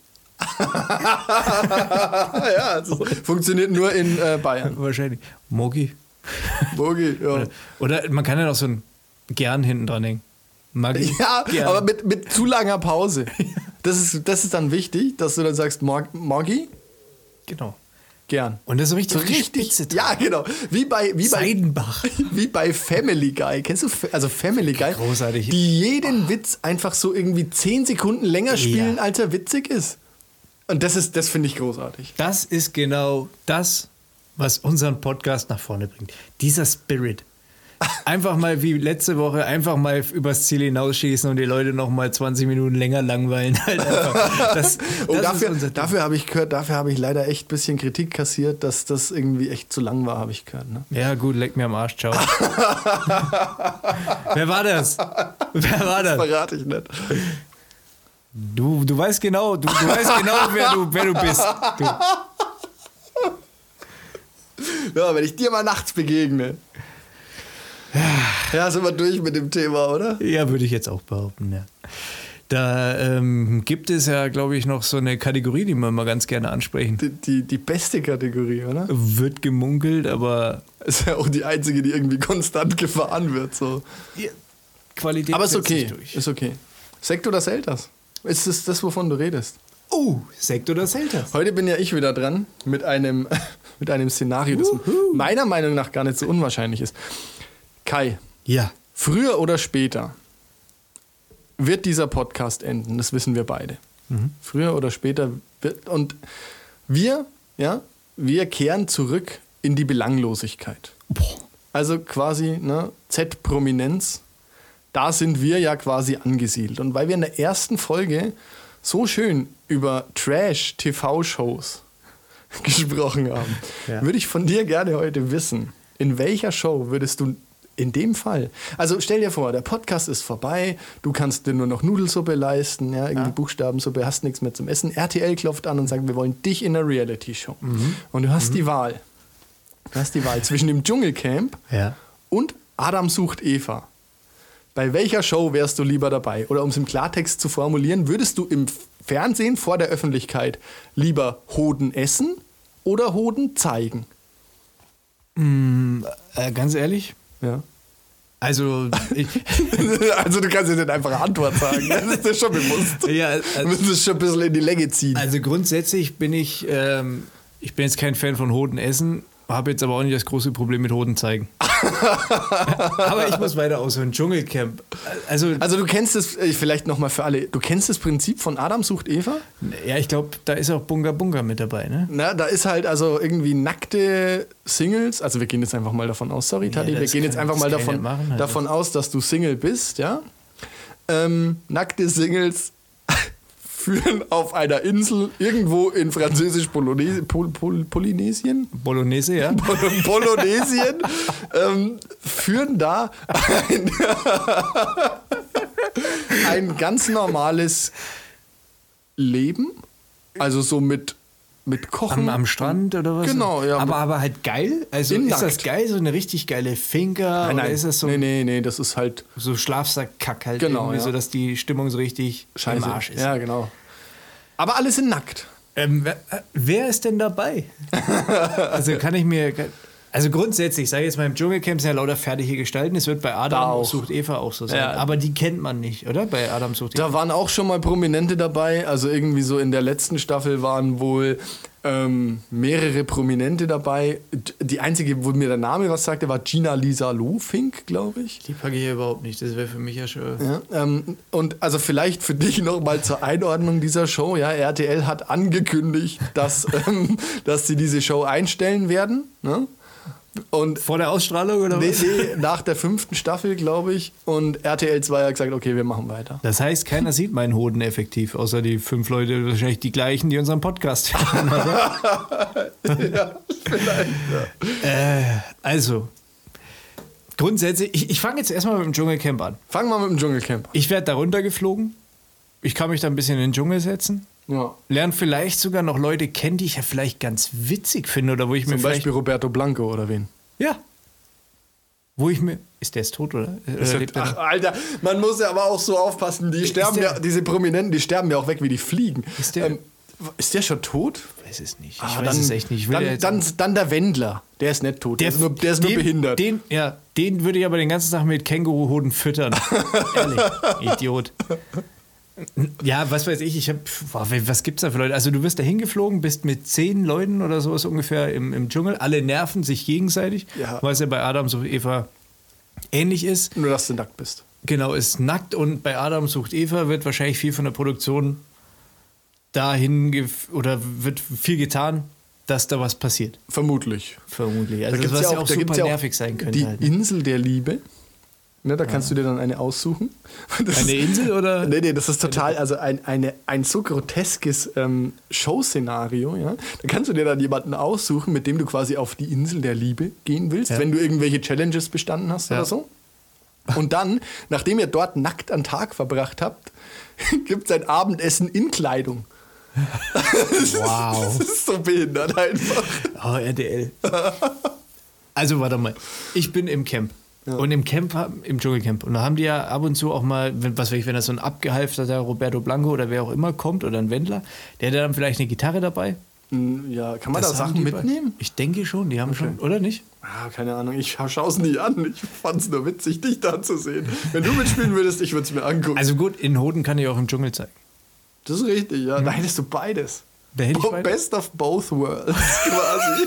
ja, das funktioniert nur in äh, Bayern. Wahrscheinlich. Mogi. Bogi, ja. Oder, oder man kann ja noch so ein Gern hinten dran hängen. Maggi. Ja, Gern. aber mit, mit zu langer Pause. Das ist, das ist dann wichtig, dass du dann sagst, Mog- Moggi, Genau. gern. Und das ist so richtig, So auf die richtig, Spitze dran. ja, genau. Wie bei, wie bei, Seidenbach. wie bei Family Guy. Kennst du, Fa- also Family Guy? Großartig. Die jeden Witz einfach so irgendwie zehn Sekunden länger spielen, Ja. als er witzig ist. Und das ist, das finde ich großartig. Das ist genau das, was unseren Podcast nach vorne bringt. Dieser Spirit. Einfach mal wie letzte Woche, einfach mal übers Ziel hinausschießen und die Leute noch mal zwanzig Minuten länger langweilen. Halt einfach. Das, Und das dafür, ist unser Ding. dafür habe ich gehört, dafür habe ich leider echt ein bisschen Kritik kassiert, dass das irgendwie echt zu lang war, habe ich gehört. Ne? Ja gut, leck mir am Arsch, ciao. Wer war das? Wer war das? Verrate ich nicht. Du, du weißt genau, du, du weißt genau, wer du, wer du bist. Du. Ja, wenn ich dir mal nachts begegne. Ja, sind wir durch mit dem Thema, oder? Ja, würde ich jetzt auch behaupten, ja. Da ähm, gibt es ja, glaube ich, noch so eine Kategorie, die wir mal ganz gerne ansprechen. Die, die, die beste Kategorie, oder? Wird gemunkelt, aber Ist ja auch die einzige, die irgendwie konstant gefahren wird. So. Qualität Aber ist setzt sich okay. durch. Ist okay. Sekt oder Selters? Ist es das, wovon du redest? Oh, Sekt oder Selters? Heute bin ja ich wieder dran mit einem, mit einem Szenario, das Wuhu. meiner Meinung nach gar nicht so unwahrscheinlich ist. Kai, Ja. früher oder später wird dieser Podcast enden, das wissen wir beide. Früher oder später wird, und wir, ja, wir kehren zurück in die Belanglosigkeit. Also quasi, ne, Z-Prominenz, da sind wir ja quasi angesiedelt. Und weil wir in der ersten Folge so schön über Trash-T V-Shows gesprochen haben, Ja. würde ich von dir gerne heute wissen, in welcher Show würdest du in dem Fall, also stell dir vor, der Podcast ist vorbei, du kannst dir nur noch Nudelsuppe leisten, ja, irgendwie Ja. Buchstabensuppe, hast nichts mehr zum Essen. R T L klopft an und sagt, wir wollen dich in einer Reality-Show. Und du hast die Wahl. Du hast die Wahl zwischen dem Dschungelcamp Ja. und Adam sucht Eva. Bei welcher Show wärst du lieber dabei? Oder um es im Klartext zu formulieren, würdest du im Fernsehen vor der Öffentlichkeit lieber Hoden essen oder Hoden zeigen? Äh, ganz ehrlich, Ja. also ich, Also du kannst jetzt nicht einfach eine Antwort sagen, das ist dir schon bewusst. ja, Du also, musst es schon ein bisschen in die Länge ziehen. also grundsätzlich bin ich, ähm, ich bin jetzt kein Fan von Hoden essen, habe jetzt aber auch nicht das große Problem mit Hoden zeigen. Aber ich muss weiter ausholen. Dschungelcamp. Also, Also du kennst es, äh, vielleicht nochmal für alle, du kennst das Prinzip von Adam sucht Eva? ja, ich glaube, da ist auch Bunga Bunga mit dabei, ne? Na, da ist halt also irgendwie nackte Singles, also wir gehen jetzt einfach mal davon aus, sorry Tati, das wir gehen jetzt kann- einfach das mal kann ich davon, nicht machen, halt. davon aus, dass du Single bist, ja? Ähm, nackte Singles führen auf einer Insel irgendwo in französisch-Polynesien, Pol, Pol, Polynesien? Bolognese, ja? Pol- Polynesien, ähm, führen da ein, ein ganz normales Leben, also so mit, mit Kochen. Am, am Strand oder was? Genau, ja. Aber, aber halt geil? Also In ist das nackt. geil, so eine richtig geile Finca? Nein, oder nein, ist das so, nee, nee, nee, das ist halt so Schlafsack-Kack halt Genau, irgendwie, ja. so dass die Stimmung so richtig scheiße. im Arsch ist? Ja, genau. Aber alle sind nackt. Ähm, wer, äh, wer ist denn dabei? Also kann ich mir... Also grundsätzlich, sage ich jetzt mal, im Dschungelcamp sind ja lauter fertige Gestalten. Es wird bei Da Adam auch. sucht Eva auch so sein. Ja. Aber die kennt man nicht, oder? Bei Adam sucht Eva. Da waren auch schon mal Prominente dabei. Also irgendwie so in der letzten Staffel waren wohl ähm, mehrere Prominente dabei. Die einzige, wo mir der Name was sagte, war Gina Lisa Lofink, glaube ich. Die packe ich überhaupt nicht. Das wäre für mich ja schon... Ja, ähm, und also vielleicht für dich noch mal zur Einordnung dieser Show. Ja, R T L hat angekündigt, dass, ähm, dass sie diese Show einstellen werden. Ne? Und Vor der Ausstrahlung oder nee, was? nee, nach der fünften Staffel, glaube ich. Und R T L zwei hat gesagt, okay, wir machen weiter. Das heißt, keiner sieht meinen Hoden effektiv, außer die fünf Leute, wahrscheinlich die gleichen, die unseren Podcast hören. ja, vielleicht. Ja. äh, also, Grundsätzlich, ich, ich fange jetzt erstmal mit dem Dschungelcamp an. Fangen wir mit dem Dschungelcamp an. Ich werde da runtergeflogen. Ich kann mich da ein bisschen in den Dschungel setzen. Ja. Lerne vielleicht sogar noch Leute kennen, die ich ja vielleicht ganz witzig finde. Oder wo ich Zum mir vielleicht... Beispiel Roberto Blanco oder wen? Ja. Wo ich mir... Ist der jetzt tot, oder? oder lebt der Ach, noch? Alter, man muss ja aber auch so aufpassen. Die sterben der- ja, diese Prominenten, die sterben ja auch weg, wie die fliegen. Ist der- ähm, ist der schon tot? Ich weiß es nicht. Ich Ah, weiß dann, es echt nicht. Ich will dann, ja jetzt- dann, dann der Wendler. Der ist nicht tot. Der, ist nur, der ist nur den, behindert. Den, ja, den würde ich aber den ganzen Tag mit Känguruhoden füttern. Ehrlich, Idiot. Ja, was weiß ich, ich hab, boah, was gibt's da für Leute? Also du wirst da hingeflogen, bist mit zehn Leuten oder sowas ungefähr im, im Dschungel, alle nerven sich gegenseitig, Ja. weil es ja bei Adam sucht Eva ähnlich ist. Nur, dass du nackt bist. Genau, ist nackt und bei Adam sucht Eva wird wahrscheinlich viel von der Produktion dahin gef- oder wird viel getan, dass da was passiert. Vermutlich. Vermutlich. Also Da das, gibt's was ja ja auch, auch da gibt's super ja auch nervig sein könnte. die Halt, ne? Insel der Liebe. Ne, da kannst du dir dann eine aussuchen. Das Eine ist- Insel oder? Nee, nee, das ist total, also ein, eine, ein so groteskes ähm, Show-Szenario, ja. Da kannst du dir dann jemanden aussuchen, mit dem du quasi auf die Insel der Liebe gehen willst, Ja. wenn du irgendwelche Challenges bestanden hast Ja. oder so. Und dann, nachdem ihr dort nackt einen Tag verbracht habt, gibt es ein Abendessen in Kleidung. Wow. Das ist so behindert einfach. Oh, R T L. Also, warte mal. Ich bin im Camp. Ja. Und im Camp, haben- im Dschungelcamp. Und da haben die ja ab und zu auch mal, wenn, was weiß ich, wenn da so ein abgehalfterter Roberto Blanco oder wer auch immer kommt oder ein Wendler, der hat dann vielleicht eine Gitarre dabei. Hm, Ja, kann man Das da haben Sachen die bei- mitnehmen? Ich denke schon, die haben schon, oder nicht? Ah, keine Ahnung, ich schaue es nie an. Ich fand es nur witzig, dich da zu sehen. Wenn du mitspielen würdest, ich würde es mir angucken. Also gut, in Hoden kann ich auch im Dschungel zeigen. Das ist richtig, ja. Da hättest du beides. Da hätte ich Bo- beide. Best of both worlds, quasi.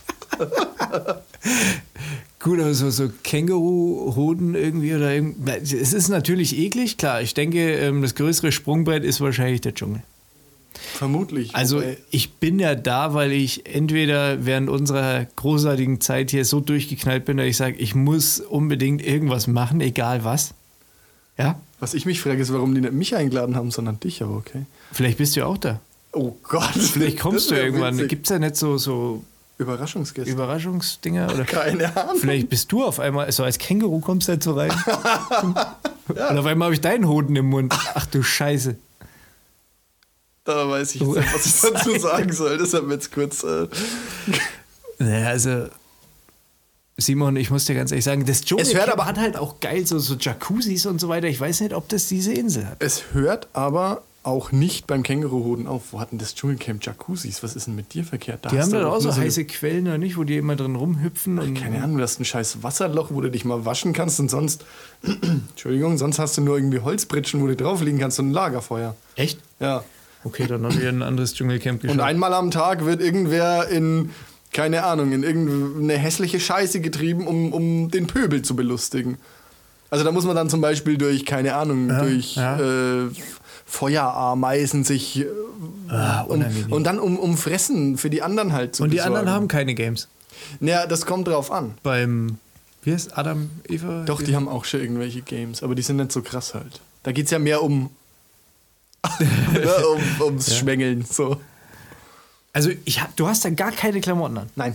Gut, aber so, so Känguru-Hoden irgendwie oder irgend- es ist natürlich eklig, klar. Ich denke, ähm, das größere Sprungbrett ist wahrscheinlich der Dschungel. Vermutlich. Also wobei- ich bin ja da, weil ich entweder während unserer großartigen Zeit hier so durchgeknallt bin, dass ich sage, ich muss unbedingt irgendwas machen, egal was. Ja, was ich mich frage, ist, warum die nicht mich eingeladen haben, sondern dich, aber okay. vielleicht bist du ja auch da. Oh Gott. Vielleicht kommst das du wär irgendwann. witzig. Gibt es ja nicht so, so Überraschungsgäste. Überraschungsdinger? Oder Keine Ahnung. vielleicht bist du auf einmal, so als Känguru kommst du halt so rein. Und auf einmal habe ich deinen Hoden im Mund. Ach du Scheiße. Da weiß ich jetzt nicht, was ich dazu sagen soll. Das haben wir jetzt kurz. Äh, Naja, also Simon, ich muss dir ganz ehrlich sagen, das Dschungelcamp hört aber- hat halt auch geil so, so Jacuzzis und so weiter. Ich weiß nicht, ob das diese Insel hat. es hört aber auch nicht beim Känguruhoden auf. Wo hat denn das Dschungelcamp Jacuzzis? Was ist denn mit dir verkehrt? Da Die hast haben du da doch auch so nur heiße Quellen, oder nicht, wo die immer drin rumhüpfen. Und Keine Ahnung, du hast ein scheiß Wasserloch, wo du dich mal waschen kannst und sonst, Entschuldigung, sonst hast du nur irgendwie Holzbritschen, wo du drauf liegen kannst und ein Lagerfeuer. Echt? Ja. Okay, dann habe ich ein anderes Dschungelcamp geschaut. Und einmal am Tag wird irgendwer in, keine Ahnung, in irgendeine hässliche Scheiße getrieben, um, um den Pöbel zu belustigen. Also da muss man dann zum Beispiel durch, keine Ahnung, Ja, durch ja. Äh, Feuerameisen sich äh, Ah, um, unangenehm. und dann um, um Fressen für die anderen halt zu Und die besorgen. anderen haben keine Games. Naja, das kommt drauf an. Beim, wie heißt Adam, Eva? Doch, die haben auch schon irgendwelche Games, aber die sind nicht so krass halt. Da geht es ja mehr um, ne, um ums Ja. Schwängeln. So. Also ich hab, du hast da gar keine Klamotten an. Nein,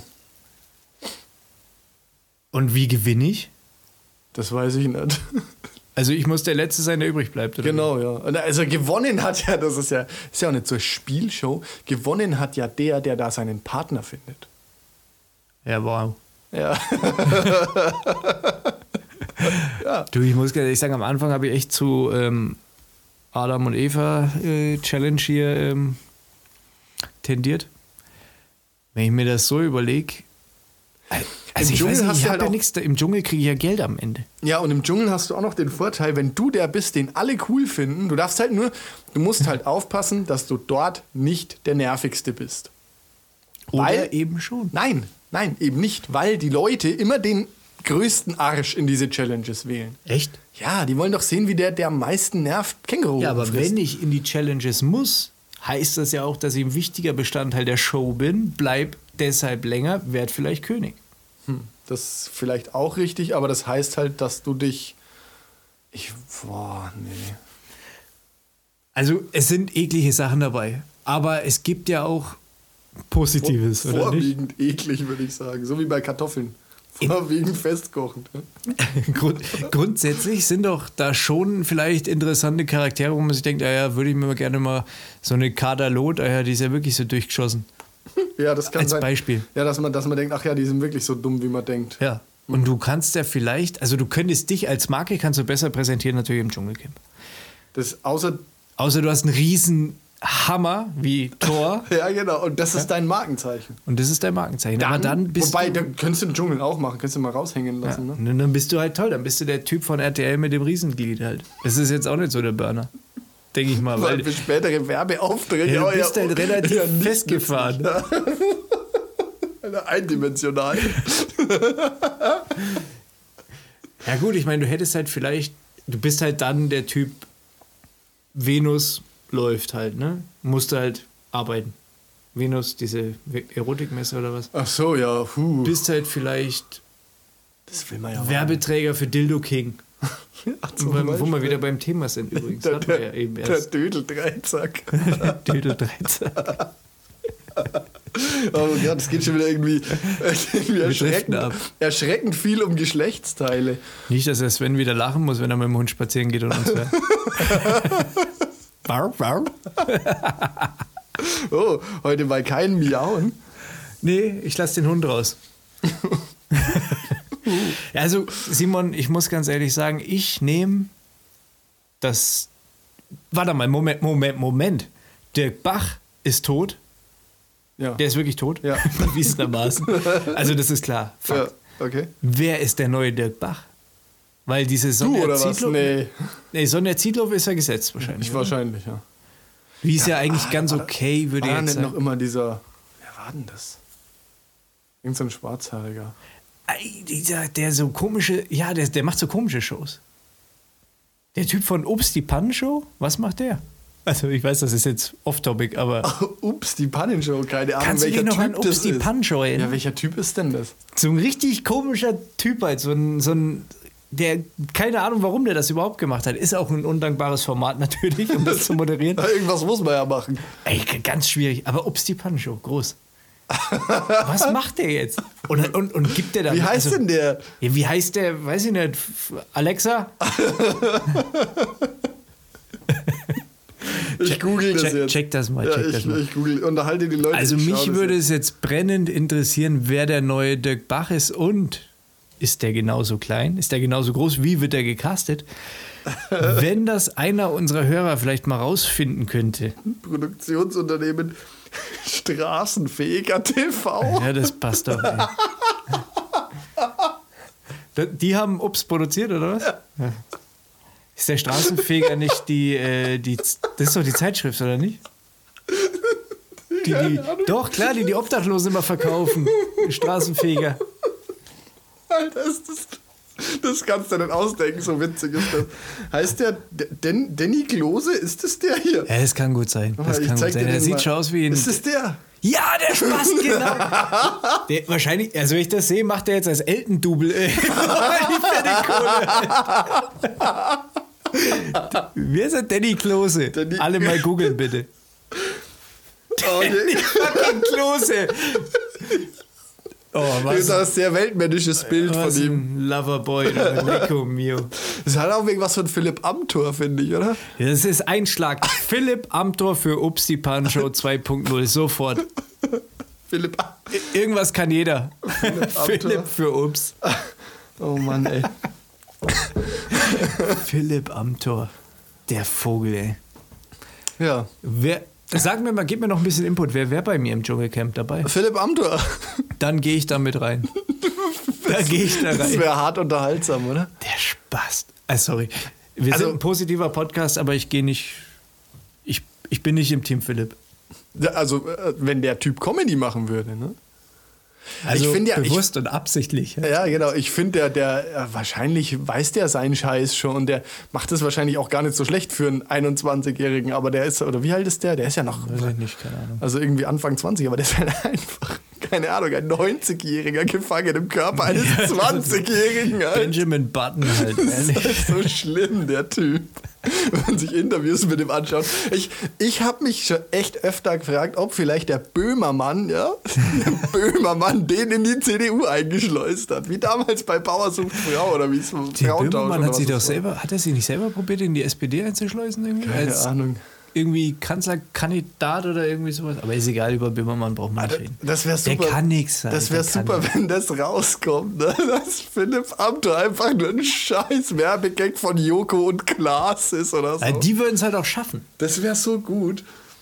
Und wie gewinne ich? das weiß ich nicht. Also ich muss der Letzte sein, der übrig bleibt. Oder Genau, ja. Und also gewonnen hat ja, das ist ja, ist ja auch nicht so eine Spielshow, gewonnen hat ja der, der da seinen Partner findet. wie? Ja, wow. Ja. Du, ich muss ganz ehrlich sagen, am Anfang habe ich echt zu ähm, Adam und Eva äh, Challenge hier ähm, tendiert. Wenn ich mir das so überlege, also Im ich Dschungel weiß nicht, hast ich du habe halt ja auch- nichts, da- im Dschungel kriege ich ja Geld am Ende. Ja, und im Dschungel hast du auch noch den Vorteil, wenn du der bist, den alle cool finden, du darfst halt nur, du musst halt aufpassen, dass du dort nicht der Nervigste bist. Oder Weil- eben schon. Nein, nein, eben nicht, weil die Leute immer den größten Arsch in diese Challenges wählen. Echt? Ja, die wollen doch sehen, wie der, der am meisten nervt, Känguru Ja, aber frisst. wenn ich in die Challenges muss, heißt das ja auch, dass ich ein wichtiger Bestandteil der Show bin, bleib deshalb länger, werd vielleicht König. Das ist vielleicht auch richtig, aber das heißt halt, dass du dich. Ich. Boah, nee. Also es sind eklige Sachen dabei, aber es gibt ja auch Positives, oder nicht? Vorwiegend eklig, würde ich sagen. So wie bei Kartoffeln. Vorwiegend festkochend. Grund, grundsätzlich sind doch da schon vielleicht interessante Charaktere, wo man sich denkt, ah ja, würde ich mir mal gerne mal so eine Kader Lot, ah ja, die ist ja wirklich so durchgeschossen. Ja, das kann Als sein. Beispiel. Ja, dass man, dass man denkt, ach ja, die sind wirklich so dumm, wie man denkt. Ja. Und du kannst ja vielleicht, also du könntest dich als Marke kannst du besser präsentieren natürlich im Dschungelcamp. Das außer Außer du hast einen riesen Hammer wie Thor. Ja, genau. Und das ist ja. dein Markenzeichen. Und das ist dein Markenzeichen. Dann, Aber dann bist wobei, du... da könntest du den Dschungel auch machen. Kannst du mal raushängen lassen. Ja. Ne? Und dann bist du halt toll. Dann bist du der Typ von R T L mit dem Riesenglied halt. Das ist jetzt auch nicht so der Burner. Denke ich mal. Weil für spätere Werbeaufträge... Ja, du ja, bist halt relativ ja, festgefahren. Ja. Eindimensional. Ja gut, ich meine, du hättest halt vielleicht... Du bist halt dann der Typ... Venus läuft halt, ne? Musste halt arbeiten. Venus, diese Erotikmesse oder was? Ach so, ja. Puh. Bist halt vielleicht das will man ja Werbeträger für Dildo King. Ach, wo, wir, wo wir wieder beim Thema sind übrigens. Der, der, ja eben der erst. Dödeldreizack. Dödeldreizack. Oh Gott, das geht schon wieder irgendwie, irgendwie erschreckend, erschreckend viel um Geschlechtsteile. Nicht, dass der Sven wieder lachen muss, wenn er mit dem Hund spazieren geht und uns hört. Warum, warum? Oh, heute mal kein Miauen. Nee, ich lasse den Hund raus. Also, Simon, ich muss ganz ehrlich sagen, ich nehme das. Warte mal, Moment, Moment, Moment. Dirk Bach ist tot. Ja. Der ist wirklich tot? Ja. Bewiesenermaßen. Also, das ist klar. Ja, okay. Wer ist der neue Dirk Bach? Weil diese Sonja du oder was? Nee. Nee, Sonja Zietlow ist ja gesetzt wahrscheinlich. Ich wahrscheinlich, ja. Wie ist ja, ja eigentlich ah, ganz war, okay, würde ich jetzt jetzt sagen. sagen. Noch immer dieser. Wer war denn das? Irgend so ein Schwarzhaariger. Dieser, der so komische, ja, der, der macht so komische Shows. Der Typ von Ups, die Pannenshow, was macht der? Also ich weiß, das ist jetzt off-topic, aber... Oh, Ups, die Pannenshow, keine Ahnung, kannst welcher du dich noch Typ an Ups, das die ist. Pannenshow erinnern? Ja, welcher Typ ist denn das? So ein richtig komischer Typ halt, so ein, so ein... Der, keine Ahnung, warum der das überhaupt gemacht hat. Ist auch ein undankbares Format natürlich, um das zu moderieren. Irgendwas muss man ja machen. Ey, ganz schwierig. Aber Ups, die Pannenshow, groß. Was macht der jetzt? Und, und, und gibt der da... Wie heißt also, denn der? Ja, wie heißt der? Weiß ich nicht. Alexa? Ich google das check, jetzt. Check das mal. Ja, check ich, das mal. ich google, unterhalte die Leute. Also mich würde es jetzt brennend interessieren, wer der neue Dirk Bach ist und ist der genauso klein? Ist der genauso groß? Wie wird der gecastet? Wenn das einer unserer Hörer vielleicht mal rausfinden könnte. Produktionsunternehmen Straßenfähiger T V. Ja, das passt doch. Ey. Die haben Ups produziert, oder was? Ja. Ist der Straßenfeger nicht die, äh, die, das ist doch die Zeitschrift, oder nicht? Die, die, doch, klar, die die Obdachlosen immer verkaufen. Straßenfeger. Alter, ist das, das kannst du nicht ausdenken, so witzig ist das. Heißt der Den, Danny Klose, ist das der hier? Ja, das kann gut sein. Das ich kann gut sein. Der sieht schon aus wie ein... Ist das der? Ja, der Spaß, genau. Der, wahrscheinlich, also wenn ich das sehe, macht er jetzt als Elton-Double. Äh, Wer ist der Danny Klose? Danny. Alle mal googeln, bitte. Oh, Danny fucking Klose. Oh, was? Das ist ein sehr weltmännisches Bild was von ihm. Ein Loverboy, Leco mio. Das hat auch irgendwas von Philipp Amthor, finde ich, oder? Das ist Einschlag. Philipp Amthor für Ups, die Pannenshow zwei Punkt null, sofort. Philipp Irgendwas kann jeder. Philipp, Philipp für Ups. Oh Mann, ey. Philipp Amthor. Der Vogel, ey. Ja. Wer, sag mir mal, gib mir noch ein bisschen Input. Wer wäre bei mir im Dschungelcamp dabei? Philipp Amthor. Dann gehe ich da mit rein. Da gehe ich da rein. Das wäre hart unterhaltsam, oder? Der Spaß. Ah, sorry. Wir also, sind ein positiver Podcast, aber ich gehe nicht. Ich, ich bin nicht im Team Philipp. Also, wenn der Typ Comedy machen würde, ne? Also ich find ja, bewusst ich, und absichtlich. Ja, ja genau. Ich finde, der, der wahrscheinlich weiß der seinen Scheiß schon und der macht es wahrscheinlich auch gar nicht so schlecht für einen einundzwanzigjährigen, aber der ist, oder wie alt ist der? Der ist ja noch. Weiß ich nicht, keine Ahnung. Also irgendwie Anfang zwanzig, aber der ist halt einfach keine Ahnung, ein neunzigjähriger gefangen im Körper eines Ja, zwanzigjährigen. Halt. Benjamin Button halt. Das ist halt so schlimm, der Typ. Wenn man sich Interviews mit ihm anschaut. Ich, ich habe mich schon echt öfter gefragt, ob vielleicht der Böhmermann, ja, der Böhmermann den in die C D U eingeschleust hat. Wie damals bei Bauer sucht Frau oder wie es vom Der Frauentausch Böhmermann oder hat sich was doch das war. selber, hat er sich nicht selber probiert, in die S P D einzuschleusen? Irgendwie? Keine Als Ahnung. irgendwie Kanzlerkandidat oder irgendwie sowas. Aber ist egal, über Böhmermann braucht man nicht reden. Das wäre super. Der kann nichts sein. Das wäre der kann super, nix. wenn das rauskommt, ne? Dass Philipp Amthor einfach nur ein scheiß Werbegag von Joko und Klaas ist oder so. Ja, die würden es halt auch schaffen. Das wäre so gut.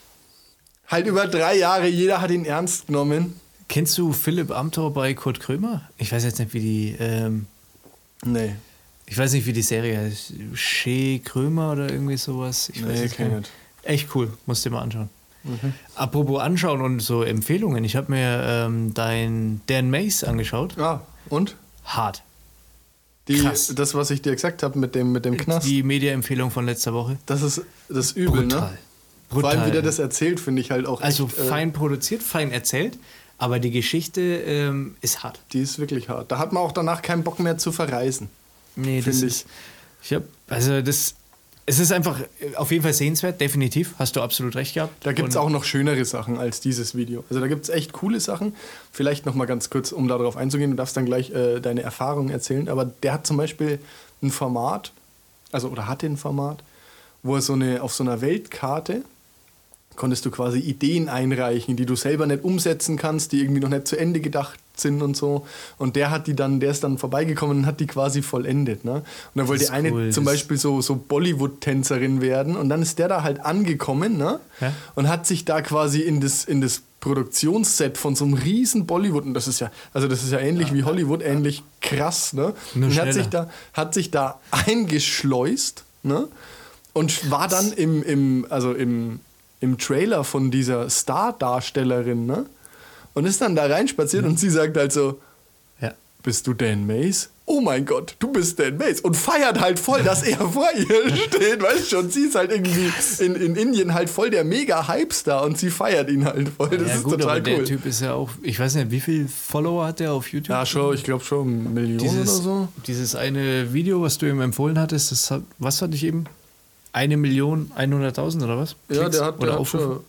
Halt über drei Jahre, jeder hat ihn ernst genommen. Kennst du Philipp Amthor bei Kurt Krömer? Ich weiß jetzt nicht, wie die... Ähm, Nee. ich weiß nicht, wie die Serie heißt. Shea Krömer oder irgendwie sowas. Ich weiß Nee, es kenn nicht. nicht. Echt cool, musst dir mal anschauen. Mhm. Apropos anschauen und so Empfehlungen. Ich habe mir ähm, dein Dan Mace angeschaut. Ah, und? Hart. Die, Krass. das, was ich dir gesagt habe mit dem, mit dem Knast, Die Media-Empfehlung von letzter Woche. das ist das ist übel, Brutal. ne? Brutal. Vor allem, wie der das erzählt, finde ich halt auch Also echt, äh, fein produziert, fein erzählt, aber die Geschichte ähm, ist hart. die ist wirklich hart. Da hat man auch danach keinen Bock mehr zu verreisen. Nee, das Finde ist. Ich hab, also das. Es ist einfach auf jeden Fall sehenswert, definitiv. Hast du absolut recht gehabt. Da gibt es Und- auch noch schönere Sachen als dieses Video. Also da gibt es echt coole Sachen. Vielleicht noch mal ganz kurz, um darauf einzugehen. Du darfst dann gleich äh, deine Erfahrungen erzählen. Aber der hat zum Beispiel ein Format, also oder hatte ein Format, wo er so eine, auf so einer Weltkarte konntest du quasi Ideen einreichen, die du selber nicht umsetzen kannst, die irgendwie noch nicht zu Ende gedacht sind und so. Und der hat die dann, der ist dann vorbeigekommen und hat die quasi vollendet. Ne? Und dann wollte ist eine cool, zum das- Beispiel so, so Bollywood-Tänzerin werden und dann ist der da halt angekommen, ne? Ja. Und hat sich da quasi in das, in das Produktionsset von so einem riesen Bollywood, und das ist ja, also das ist ja ähnlich wie Hollywood, ähnlich krass, ne? Nur und hat schneller. sich da, hat sich da eingeschleust, ne? Und war dann im, im, also im, im Trailer von dieser Stardarstellerin, ne? Und ist dann da reinspaziert und sie sagt halt so, Ja. bist du Dan Mace? Oh mein Gott, du bist Dan Mace. Und feiert halt voll, dass er vor ihr steht, weißt du schon. Sie ist halt irgendwie in, in Indien halt voll der Mega-Hype-Star und sie feiert ihn halt voll. Das ja, ist gut, total aber cool. der Typ ist ja auch, ich weiß nicht, wie viele Follower hat der auf YouTube? Ja, schon, ich glaube schon Millionen dieses, oder so. Dieses eine Video, was du ihm empfohlen hattest, das hat, was hatte ich eben? Eine Million, einhunderttausend oder was? Ja, Klicks der hat, oder der hat Aufrufe? schon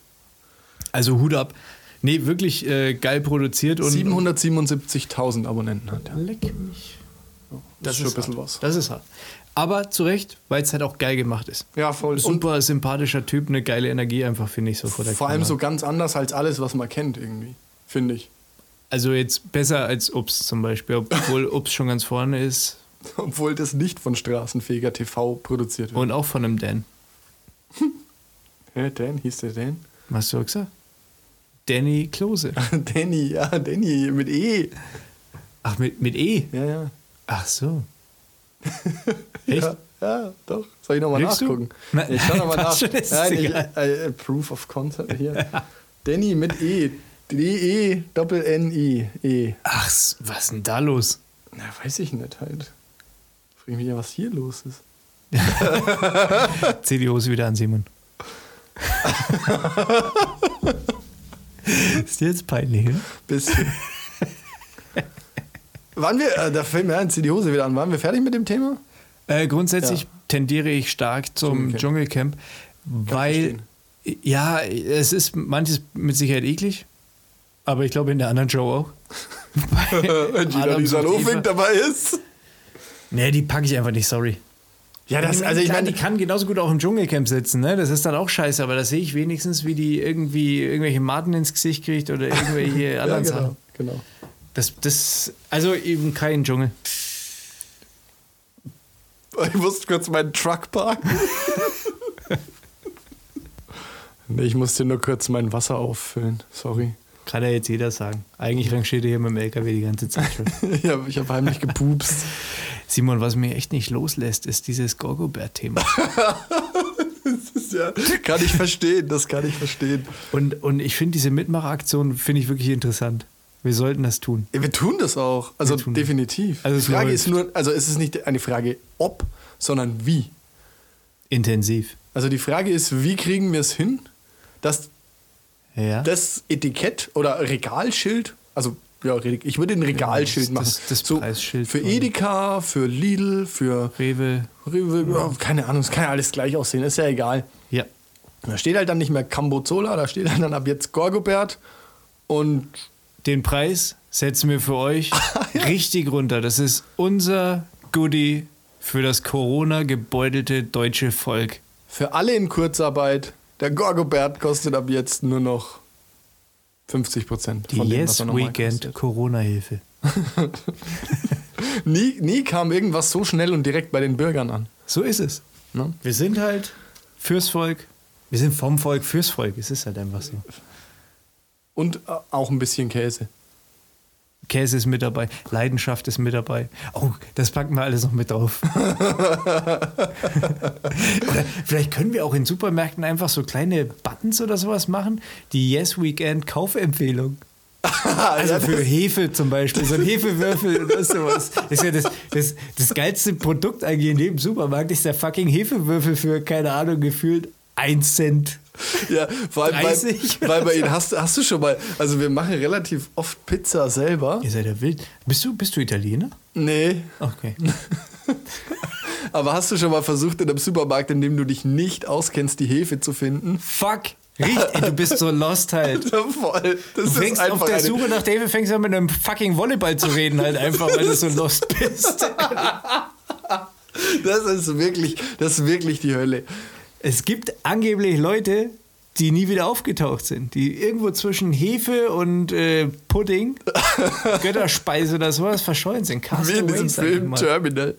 Also Hut ab. Nee, wirklich äh, geil produziert und. siebenhundertsiebenundsiebzigtausend Abonnenten hat er. Leck mich. Das ist schon ein bisschen hart. was. Das ist hart. Aber zu Recht, weil es halt auch geil gemacht ist. Ja, voll. Und Super sympathischer Typ, eine geile Energie einfach, finde ich so vor der vor allem Kamera. so ganz anders als alles, was man kennt irgendwie, finde ich. Also jetzt besser als Ups zum Beispiel, obwohl Ups schon ganz vorne ist Obwohl das nicht von Straßenfeger T V produziert wird. und auch von einem Dan. Hä, Dan? Hieß der Dan? Was hast du gesagt? Danny Klose. Danny, ja, Danny mit E. Ach, mit, mit E? Ja, ja. Ach so. Echt? Ja, ja, doch. Soll ich nochmal Lügst du? nachgucken? Nein, ich schau nochmal nach. passt schon, ist Nein, ich, egal. äh, äh, Proof of Concept hier. Danny mit E. D-E, Doppel-N-I. E. Ach, s- was ist denn da los? Na, weiß ich nicht halt. Frag mich ja, was hier los ist. Zieh die Hose wieder an, Simon. Ist dir jetzt peinlich, ne? Bisschen. Waren wir, äh, da fällt mir ein, zieh die Hose wieder an. Waren wir fertig mit dem Thema? Äh, grundsätzlich Ja. tendiere ich stark zum Dschungelcamp. Dschungelcamp, weil, ja, es ist manches mit Sicherheit eklig, aber ich glaube in der anderen Show auch. Wenn Gina Adam Lisa sucht Eva. Lofink dabei ist. Nee, die packe ich einfach nicht, sorry. Ja, das, also ich Klar, meine, die kann genauso gut auch im Dschungelcamp sitzen, ne? Das ist dann auch scheiße, aber da sehe ich wenigstens, wie die irgendwie irgendwelche Maden ins Gesicht kriegt oder irgendwelche ja, anderen genau, Sachen. genau. Das, das, also eben kein Dschungel. Ich musste kurz meinen Truck parken. Nee, ich musste nur kurz mein Wasser auffüllen. Sorry. Kann ja jetzt jeder sagen. Eigentlich rangiert er hier mit dem L K W die ganze Zeit schon. Ich habe ich hab heimlich gepupst. Simon, was mich echt nicht loslässt, ist dieses Gorgobert-Thema. Das ist ja, kann ich verstehen, das kann ich verstehen. Und, und ich finde diese Mitmachaktion finde ich wirklich interessant. Wir sollten das tun. Ja, wir tun das auch. Also Wir tun das. definitiv. Also es die Frage läuft. ist nur, also es ist nicht eine Frage ob, sondern wie. Intensiv. Also die Frage ist, wie kriegen wir es hin, dass Ja. das Etikett oder Regalschild Also, ja, ich würde ein Regalschild das, machen. Das, das so Preisschild. Für Edeka, für Lidl, für Rewe. Rewe, ja, keine Ahnung, es kann ja alles gleich aussehen, ist ja egal. Ja. Da steht halt dann nicht mehr Cambozola, da steht halt dann ab jetzt Gorgobert und den Preis setzen wir für euch richtig runter. Das ist unser Goodie für das Corona-gebeutelte deutsche Volk. Für alle in Kurzarbeit, der Gorgobert kostet ab jetzt nur noch fünfzig Prozent Die von dem, Yes was er normal Weekend kostet. Corona-Hilfe. nie, nie kam irgendwas so schnell und direkt bei den Bürgern an. So ist es. Ne? Wir sind halt fürs Volk. Wir sind vom Volk fürs Volk. Es ist halt einfach so. Und äh, auch ein bisschen Käse. Käse ist mit dabei, Leidenschaft ist mit dabei. Oh, das packen wir alles noch mit drauf. Oder vielleicht können wir auch in Supermärkten einfach so kleine Buttons oder sowas machen. Die Yes Weekend Kaufempfehlung. Also für Hefe zum Beispiel, so ein Hefewürfel oder sowas. Das ist ja das, das, das geilste Produkt eigentlich in jedem Supermarkt, ist der fucking Hefewürfel für, keine Ahnung, gefühlt ein Cent. Ja, vor allem, weil, weil bei Ihnen hast, hast du schon mal, also wir machen relativ oft Pizza selber. Ihr seid ja wild. Bist du, bist du Italiener? Nee. Okay. Aber hast du schon mal versucht, in einem Supermarkt, in dem du dich nicht auskennst, die Hefe zu finden? Fuck! Riecht, ey, du bist so lost halt. Ja, voll. Das Du ist fängst einfach auf der eine- Suche nach der Hefe, fängst an mit einem fucking Volleyball zu reden, halt einfach, weil du so lost bist. Das ist wirklich, das ist wirklich die Hölle. Es gibt angeblich Leute, die nie wieder aufgetaucht sind, die irgendwo zwischen Hefe und äh, Pudding, Götterspeise oder sowas verschollen sind. Wie in diesem sag ich Film mal. Terminal.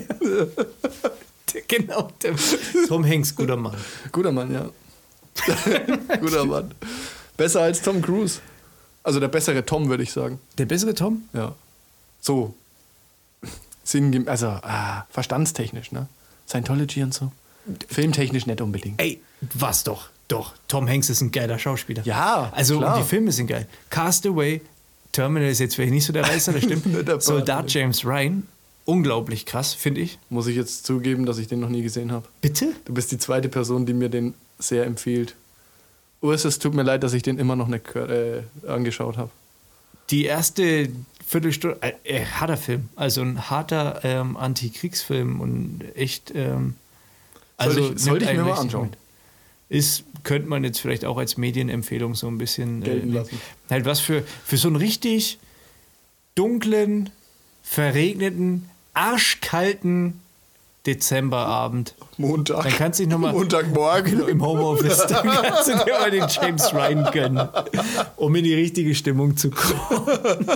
Genau, der Tom Hanks, guter Mann. Guter Mann, ja. Guter Mann. Besser als Tom Cruise. Also der bessere Tom, würde ich sagen. Der bessere Tom? Ja. So. Singem also ah, verstandstechnisch, ne? Scientology und so. Filmtechnisch nicht unbedingt. Ey, was doch, doch. Tom Hanks ist ein geiler Schauspieler. Ja, Also klar. und die Filme sind geil. Castaway, Terminal ist jetzt vielleicht nicht so der Reißer, das stimmt. Nicht der Soldat Part, James Ryan, unglaublich krass, finde ich. Muss ich jetzt zugeben, dass ich den noch nie gesehen habe. Bitte? Du bist die zweite Person, die mir den sehr empfiehlt. Urs, es tut mir leid, dass ich den immer noch nicht äh, angeschaut habe. Die erste Viertelstunde, äh, äh, harter Film, also ein harter ähm, Antikriegsfilm und echt. Ähm, also Soll ich- sollte nimmt ich mir einen mal richtig anschauen. mit. Ist, könnte man jetzt vielleicht auch als Medienempfehlung so ein bisschen Gelten äh, lassen. halt was für, für so einen richtig dunklen, verregneten, arschkalten Dezemberabend. Montag. Dann kannst du dich nochmal Montagmorgen. im Homeoffice, dann kannst du dir mal den James Ryan gönnen, um in die richtige Stimmung zu kommen.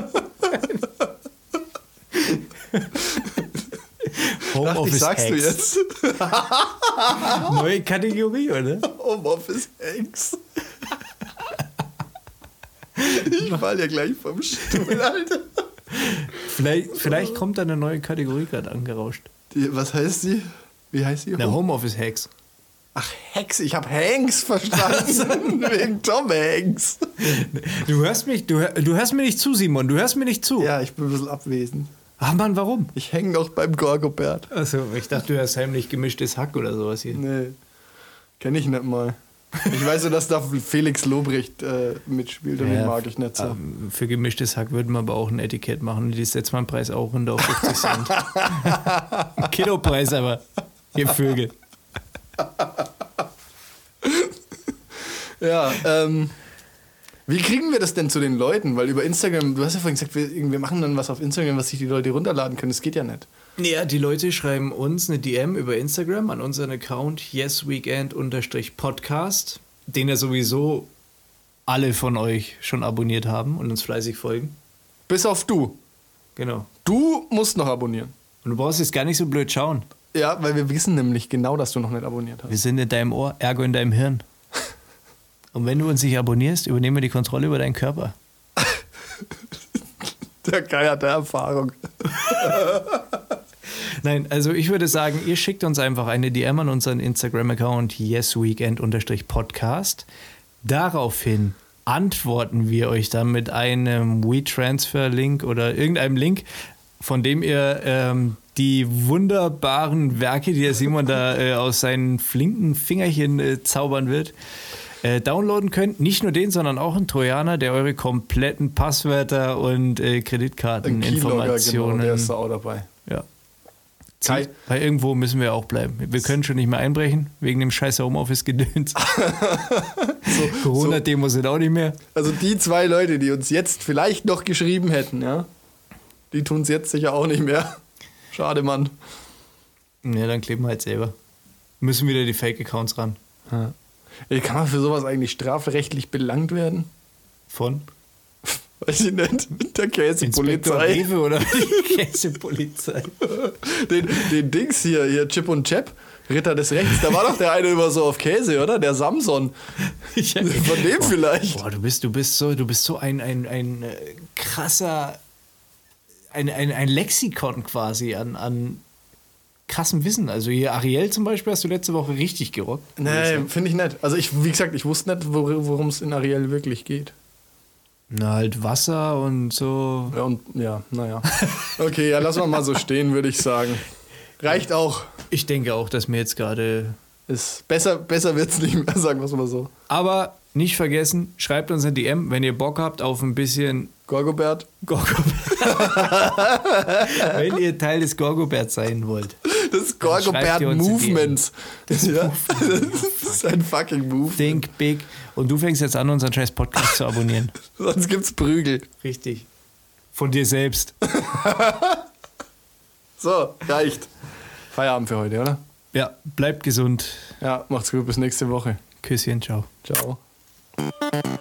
Dachte ich, sagst du Hacks. jetzt? Neue Kategorie, oder? Homeoffice Hacks. Ich fall ja gleich vom Stuhl, Alter. Vielleicht, vielleicht kommt da eine neue Kategorie gerade angerauscht. Die, was heißt sie? Wie heißt sie? Eine Homeoffice Hacks. Ach, Hex. Ich habe Hanks verstanden. Wegen Tom Hanks. Du hörst mich, du, hör- du hörst mir nicht zu, Simon. Du hörst mir nicht zu. Ja, ich bin ein bisschen abwesend. Ach Mann, warum? Ich hänge noch beim Gorgobert. Achso, ich dachte, du hörst heimlich gemischtes Hack oder sowas hier. Nee, kenne ich nicht mal. Ich weiß nur, dass da Felix Lobrecht äh, mitspielt und den mag ich nicht so. ähm, Für gemischtes Hack würden wir aber auch ein Etikett machen. Die setzt man Preis auch runter auf fünfzig Cent. Ein Kilopreis aber, ihr Vögel. Ja, ähm, wie kriegen wir das denn zu den Leuten? Weil über Instagram, du hast ja vorhin gesagt, wir, wir machen dann was auf Instagram, was sich die Leute runterladen können. Das geht ja nicht. Ja, die Leute schreiben uns eine D M über Instagram an unseren Account yesweekend-podcast, den ja sowieso alle von euch schon abonniert haben und uns fleißig folgen. Bis auf du. Genau. Du musst noch abonnieren. Und du brauchst jetzt gar nicht so blöd schauen. Ja, weil wir wissen nämlich genau, dass du noch nicht abonniert hast. Wir sind in deinem Ohr, ergo in deinem Hirn. Und wenn du uns nicht abonnierst, übernehmen wir die Kontrolle über deinen Körper. Der Geier der Erfahrung. Nein, also ich würde sagen, ihr schickt uns einfach eine D M an unseren Instagram-Account yesweekend-podcast. Daraufhin antworten wir euch dann mit einem WeTransfer-Link oder irgendeinem Link, von dem ihr ähm, die wunderbaren Werke, die der Simon da äh, aus seinen flinken Fingerchen äh, zaubern wird, äh, downloaden könnt. Nicht nur den, sondern auch einen Trojaner, der eure kompletten Passwörter und äh, Kreditkarteninformationen. Genau, der ist da auch dabei. Ja. Kai- Weil irgendwo müssen wir auch bleiben. Wir können schon nicht mehr einbrechen, wegen dem scheiß Homeoffice-Gedöns. So, Corona-Demos sind auch nicht mehr. Also die zwei Leute, die uns jetzt vielleicht noch geschrieben hätten, ja, die tun es jetzt sicher auch nicht mehr. Schade, Mann. Ja, dann kleben wir halt selber. Müssen wieder die Fake-Accounts ran. Ja. Ey, kann man für sowas eigentlich strafrechtlich belangt werden? Von? Weiß ich nicht. Der Inspektor Käsepolizei. Rewe oder die Käsepolizei? Den, den Dings hier, hier, Chip und Chap, Ritter des Rechts, da war doch der eine immer so auf Käse, oder? Der Samson. Ja. Von dem vielleicht. Boah, du bist, du bist so, du bist so ein, ein, ein äh, krasser, ein, ein, ein Lexikon quasi an, an krassem Wissen. Also hier Ariel zum Beispiel hast du letzte Woche richtig gerockt. Nee, finde ich nicht. Also ich, wie gesagt, ich wusste nicht, wor- worum es in Ariel wirklich geht. Na, halt Wasser und so. Ja, und ja, naja. Okay, ja, lassen wir mal so stehen, würde ich sagen. Reicht auch. Ich denke auch, dass mir jetzt gerade. Ist besser, besser wird es nicht mehr, sagen wir es mal so. Aber nicht vergessen, schreibt uns eine D M, wenn ihr Bock habt auf ein bisschen Gorgobert. Gorgobert. Wenn ihr Teil des Gorgobert sein wollt. Das schreibt ihr uns eine Gorgobert-Movement. Das Ja, das ist ein fucking Move. Think big. Und du fängst jetzt an, unseren scheiß Podcast zu abonnieren. Sonst gibt's Prügel. Richtig. Von dir selbst. So, reicht. Feierabend für heute, oder? Ja, bleibt gesund. Ja, macht's gut, bis nächste Woche. Küsschen, ciao. Ciao.